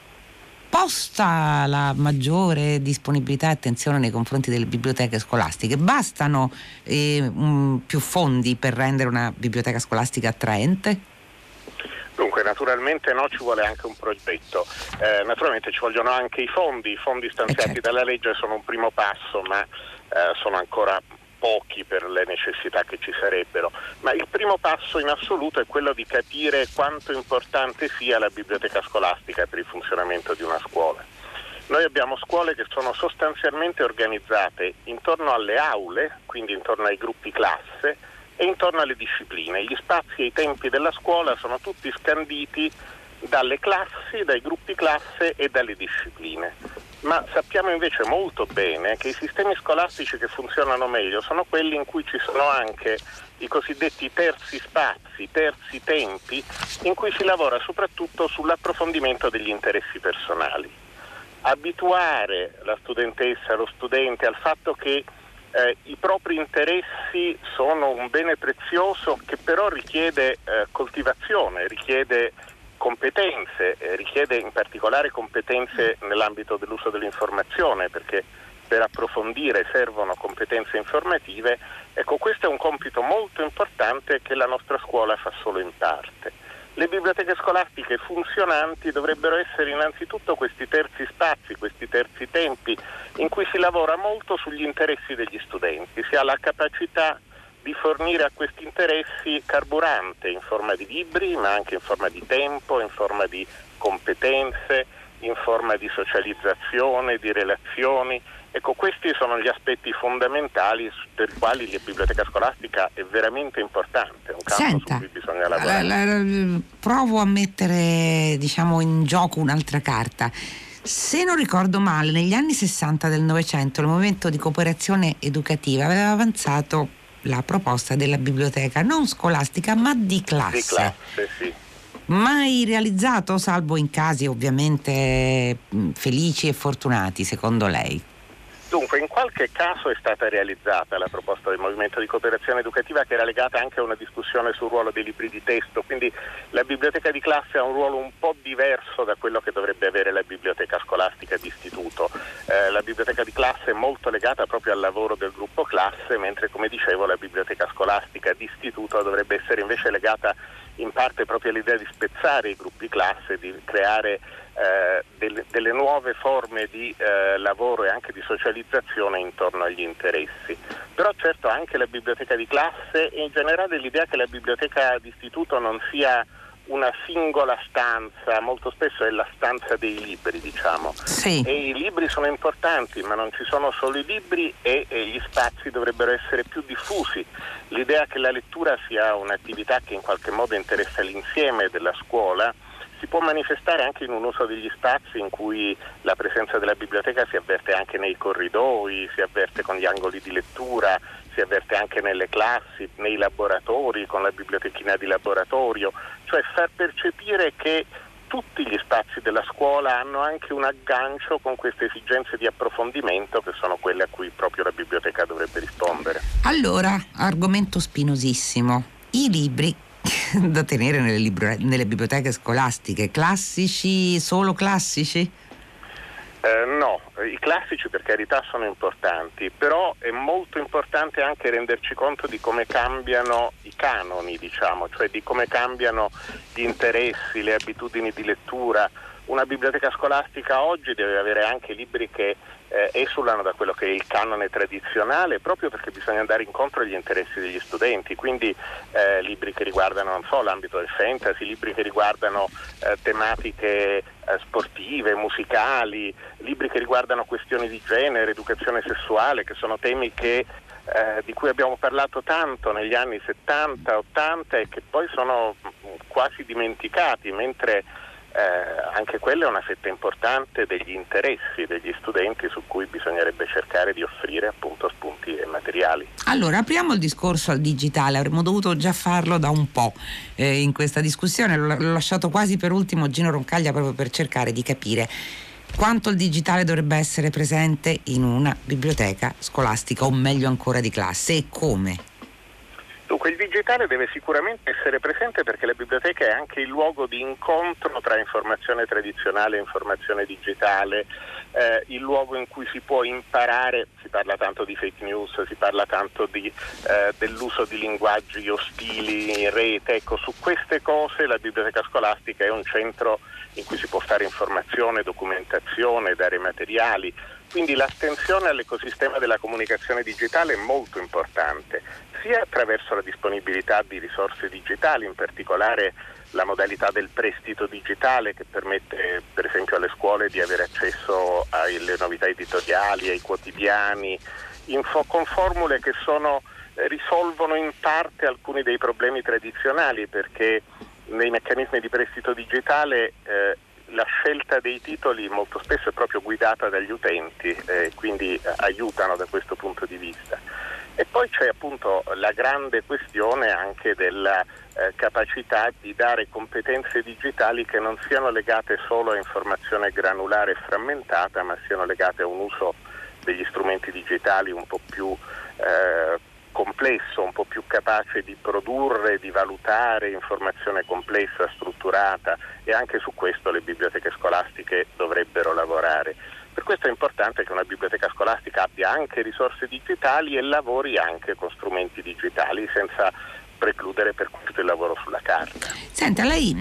Posta la maggiore disponibilità e attenzione nei confronti delle biblioteche scolastiche, bastano eh, um, più fondi per rendere una biblioteca scolastica attraente? Dunque, naturalmente no, ci vuole anche un progetto, eh, naturalmente ci vogliono anche i fondi, i fondi stanziati eh certo. dalla legge sono un primo passo, ma eh, sono ancora pochi per le necessità che ci sarebbero, ma il primo passo in assoluto è quello di capire quanto importante sia la biblioteca scolastica per il funzionamento di una scuola. Noi abbiamo scuole che sono sostanzialmente organizzate intorno alle aule, quindi intorno ai gruppi classe e intorno alle discipline. Gli spazi e i tempi della scuola sono tutti scanditi dalle classi, dai gruppi classe e dalle discipline. Ma sappiamo invece molto bene che i sistemi scolastici che funzionano meglio sono quelli in cui ci sono anche i cosiddetti terzi spazi, terzi tempi, in cui si lavora soprattutto sull'approfondimento degli interessi personali. Abituare la studentessa, lo studente al fatto che Eh, I propri interessi sono un bene prezioso che però richiede eh, coltivazione, richiede competenze, eh, richiede in particolare competenze nell'ambito dell'uso dell'informazione, perché per approfondire servono competenze informative. Ecco, questo è un compito molto importante che la nostra scuola fa solo in parte. Le biblioteche scolastiche funzionanti dovrebbero essere innanzitutto questi terzi spazi, questi terzi tempi, in cui si lavora molto sugli interessi degli studenti, si ha la capacità di fornire a questi interessi carburante in forma di libri, ma anche in forma di tempo, in forma di competenze, in forma di socializzazione, di relazioni. Ecco, questi sono gli aspetti fondamentali per i quali la biblioteca scolastica è veramente importante, è un campo Senta, su cui bisogna lavorare. La, la, la, provo a mettere, diciamo, in gioco un'altra carta. Se non ricordo male, negli anni sessanta del Novecento il movimento di cooperazione educativa aveva avanzato la proposta della biblioteca non scolastica ma di classe. Di classe, sì. Mai realizzato, salvo in casi ovviamente felici e fortunati, secondo lei? Dunque, in qualche caso è stata realizzata la proposta del movimento di cooperazione educativa, che era legata anche a una discussione sul ruolo dei libri di testo, quindi la biblioteca di classe ha un ruolo un po' diverso da quello che dovrebbe avere la biblioteca scolastica di istituto. Eh, la biblioteca di classe è molto legata proprio al lavoro del gruppo classe, mentre, come dicevo, la biblioteca scolastica di istituto dovrebbe essere invece legata in parte proprio all'idea di spezzare i gruppi classe, di creare eh, delle, delle nuove forme di eh, lavoro e anche di socializzazione intorno agli interessi. Però certo anche la biblioteca di classe e in generale l'idea che la biblioteca di istituto non sia una singola stanza, molto spesso è la stanza dei libri, diciamo. Sì. E i libri sono importanti, ma non ci sono solo i libri e, e gli spazi dovrebbero essere più diffusi. L'idea che la lettura sia un'attività che in qualche modo interessa l'insieme della scuola si può manifestare anche in un uso degli spazi in cui la presenza della biblioteca si avverte anche nei corridoi, si avverte con gli angoli di lettura, si avverte anche nelle classi, nei laboratori, con la bibliotechina di laboratorio, cioè far percepire che tutti gli spazi della scuola hanno anche un aggancio con queste esigenze di approfondimento che sono quelle a cui proprio la biblioteca dovrebbe rispondere. Allora, argomento spinosissimo, i libri da tenere nelle, libro- nelle biblioteche scolastiche, classici, solo classici? Eh, no, i classici per carità sono importanti, però è molto importante anche renderci conto di come cambiano i canoni, diciamo, cioè di come cambiano gli interessi, le abitudini di lettura. Una biblioteca scolastica oggi deve avere anche libri che eh, esulano da quello che è il canone tradizionale, proprio perché bisogna andare incontro agli interessi degli studenti, quindi eh, libri che riguardano, non so, l'ambito del fantasy, libri che riguardano eh, tematiche eh, sportive, musicali, libri che riguardano questioni di genere, educazione sessuale, che sono temi che Eh, di cui abbiamo parlato tanto negli anni settanta ottanta e che poi sono quasi dimenticati, mentre eh, anche quella è una fetta importante degli interessi degli studenti su cui bisognerebbe cercare di offrire appunto spunti e materiali. Allora, apriamo il discorso al digitale, avremmo dovuto già farlo da un po' eh, in questa discussione, l'ho, l'ho lasciato quasi per ultimo Gino Roncaglia proprio per cercare di capire quanto il digitale dovrebbe essere presente in una biblioteca scolastica, o meglio ancora di classe, e come? Dunque, il digitale deve sicuramente essere presente perché la biblioteca è anche il luogo di incontro tra informazione tradizionale e informazione digitale, eh, il luogo in cui si può imparare, si parla tanto di fake news, si parla tanto di, eh, dell'uso di linguaggi ostili in rete. Ecco, su queste cose la biblioteca scolastica è un centro in cui si può fare informazione, documentazione, dare materiali, quindi l'attenzione all'ecosistema della comunicazione digitale è molto importante, sia attraverso la disponibilità di risorse digitali, in particolare la modalità del prestito digitale che permette per esempio alle scuole di avere accesso alle novità editoriali, ai quotidiani, info, con formule che sono, eh, risolvono in parte alcuni dei problemi tradizionali, perché nei meccanismi di prestito digitale eh, la scelta dei titoli molto spesso è proprio guidata dagli utenti e eh, quindi eh, aiutano da questo punto di vista. E poi c'è appunto la grande questione anche della eh, capacità di dare competenze digitali che non siano legate solo a informazione granulare e frammentata, ma siano legate a un uso degli strumenti digitali un po' più eh, complesso, un po' più capace di produrre, di valutare informazione complessa, strutturata, e anche su questo le biblioteche scolastiche dovrebbero lavorare. Per questo è importante che una biblioteca scolastica abbia anche risorse digitali e lavori anche con strumenti digitali, senza precludere per questo il lavoro sulla carta. Senta, lei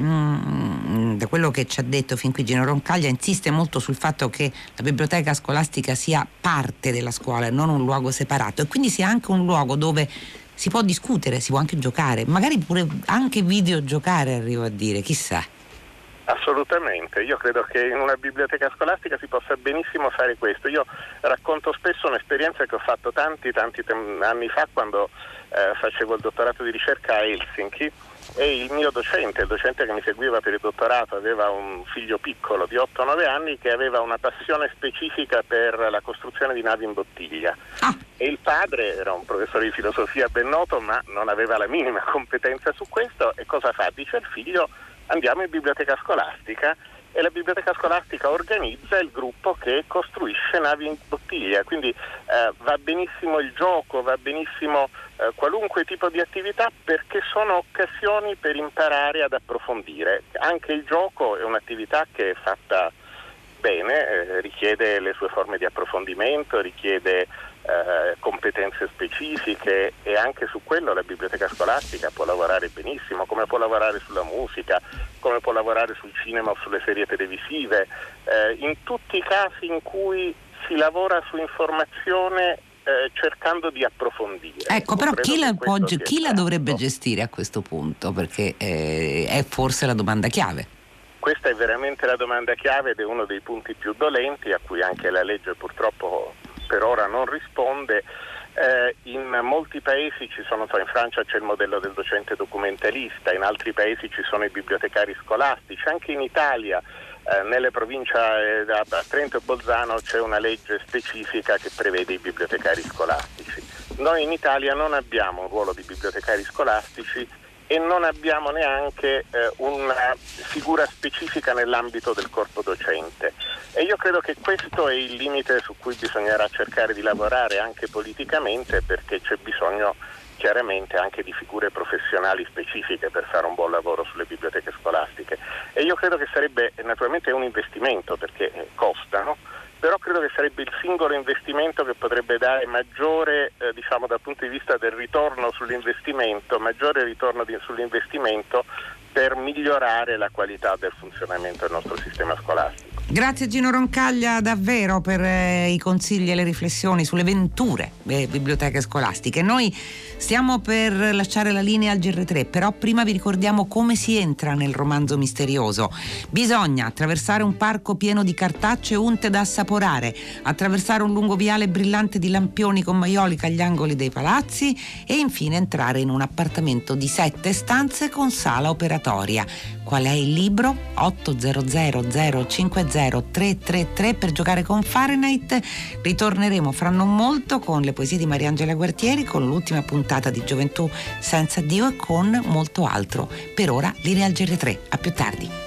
mh, da quello che ci ha detto fin qui Gino Roncaglia insiste molto sul fatto che la biblioteca scolastica sia parte della scuola e non un luogo separato, e quindi sia anche un luogo dove si può discutere, si può anche giocare, magari pure anche videogiocare, arrivo a dire, chissà. Assolutamente, io credo che in una biblioteca scolastica si possa benissimo fare questo. Io racconto spesso un'esperienza che ho fatto tanti tanti tem- anni fa, quando eh, facevo il dottorato di ricerca a Helsinki, e il mio docente, il docente che mi seguiva per il dottorato, aveva un figlio piccolo di otto nove anni che aveva una passione specifica per la costruzione di navi in bottiglia. Ah. E il padre era un professore di filosofia ben noto, ma non aveva la minima competenza su questo, e cosa fa? Dice al figlio: andiamo in biblioteca scolastica, e la biblioteca scolastica organizza il gruppo che costruisce navi in bottiglia. Quindi eh, va benissimo il gioco, va benissimo eh, qualunque tipo di attività, perché sono occasioni per imparare ad approfondire. Anche il gioco è un'attività che è fatta bene, eh, richiede le sue forme di approfondimento, richiede Eh, competenze specifiche, e anche su quello la biblioteca scolastica può lavorare benissimo, come può lavorare sulla musica, come può lavorare sul cinema o sulle serie televisive, eh, in tutti i casi in cui si lavora su informazione eh, cercando di approfondire. Ecco, però chi la, può, chi la dovrebbe gestire a questo punto? Perché eh, è forse la domanda chiave. Questa è veramente la domanda chiave, ed è uno dei punti più dolenti, a cui anche la legge purtroppo per ora non risponde. Eh, in molti paesi ci sono, in Francia c'è il modello del docente documentalista, in altri paesi ci sono i bibliotecari scolastici, anche in Italia eh, nelle province eh, a Trento e Bolzano c'è una legge specifica che prevede i bibliotecari scolastici. Noi in Italia non abbiamo un ruolo di bibliotecari scolastici e non abbiamo neanche eh, una figura specifica nell'ambito del corpo docente, e io credo che questo è il limite su cui bisognerà cercare di lavorare anche politicamente, perché c'è bisogno chiaramente anche di figure professionali specifiche per fare un buon lavoro sulle biblioteche scolastiche. E io credo che sarebbe, naturalmente è un investimento perché costano, però credo che sarebbe il singolo investimento che potrebbe dare maggiore, eh, diciamo dal punto di vista del ritorno sull'investimento, maggiore ritorno di, sull'investimento per migliorare la qualità del funzionamento del nostro sistema scolastico. Grazie Gino Roncaglia davvero per eh, i consigli e le riflessioni sulle venture delle biblioteche scolastiche. Noi stiamo per lasciare la linea al G R tre, però prima vi ricordiamo come si entra nel romanzo misterioso. Bisogna attraversare un parco pieno di cartacce unte da assaporare, attraversare un lungo viale brillante di lampioni con maiolica agli angoli dei palazzi e infine entrare in un appartamento di sette stanze con sala operatoria. Qual è il libro? otto zero zero zero cinque zero tre tre tre per giocare con Fahrenheit. Ritorneremo fra non molto con le poesie di Mariangela Guertieri, con l'ultima puntata di Gioventù senza Dio e con molto altro. Per ora linea al G R tre. A più tardi.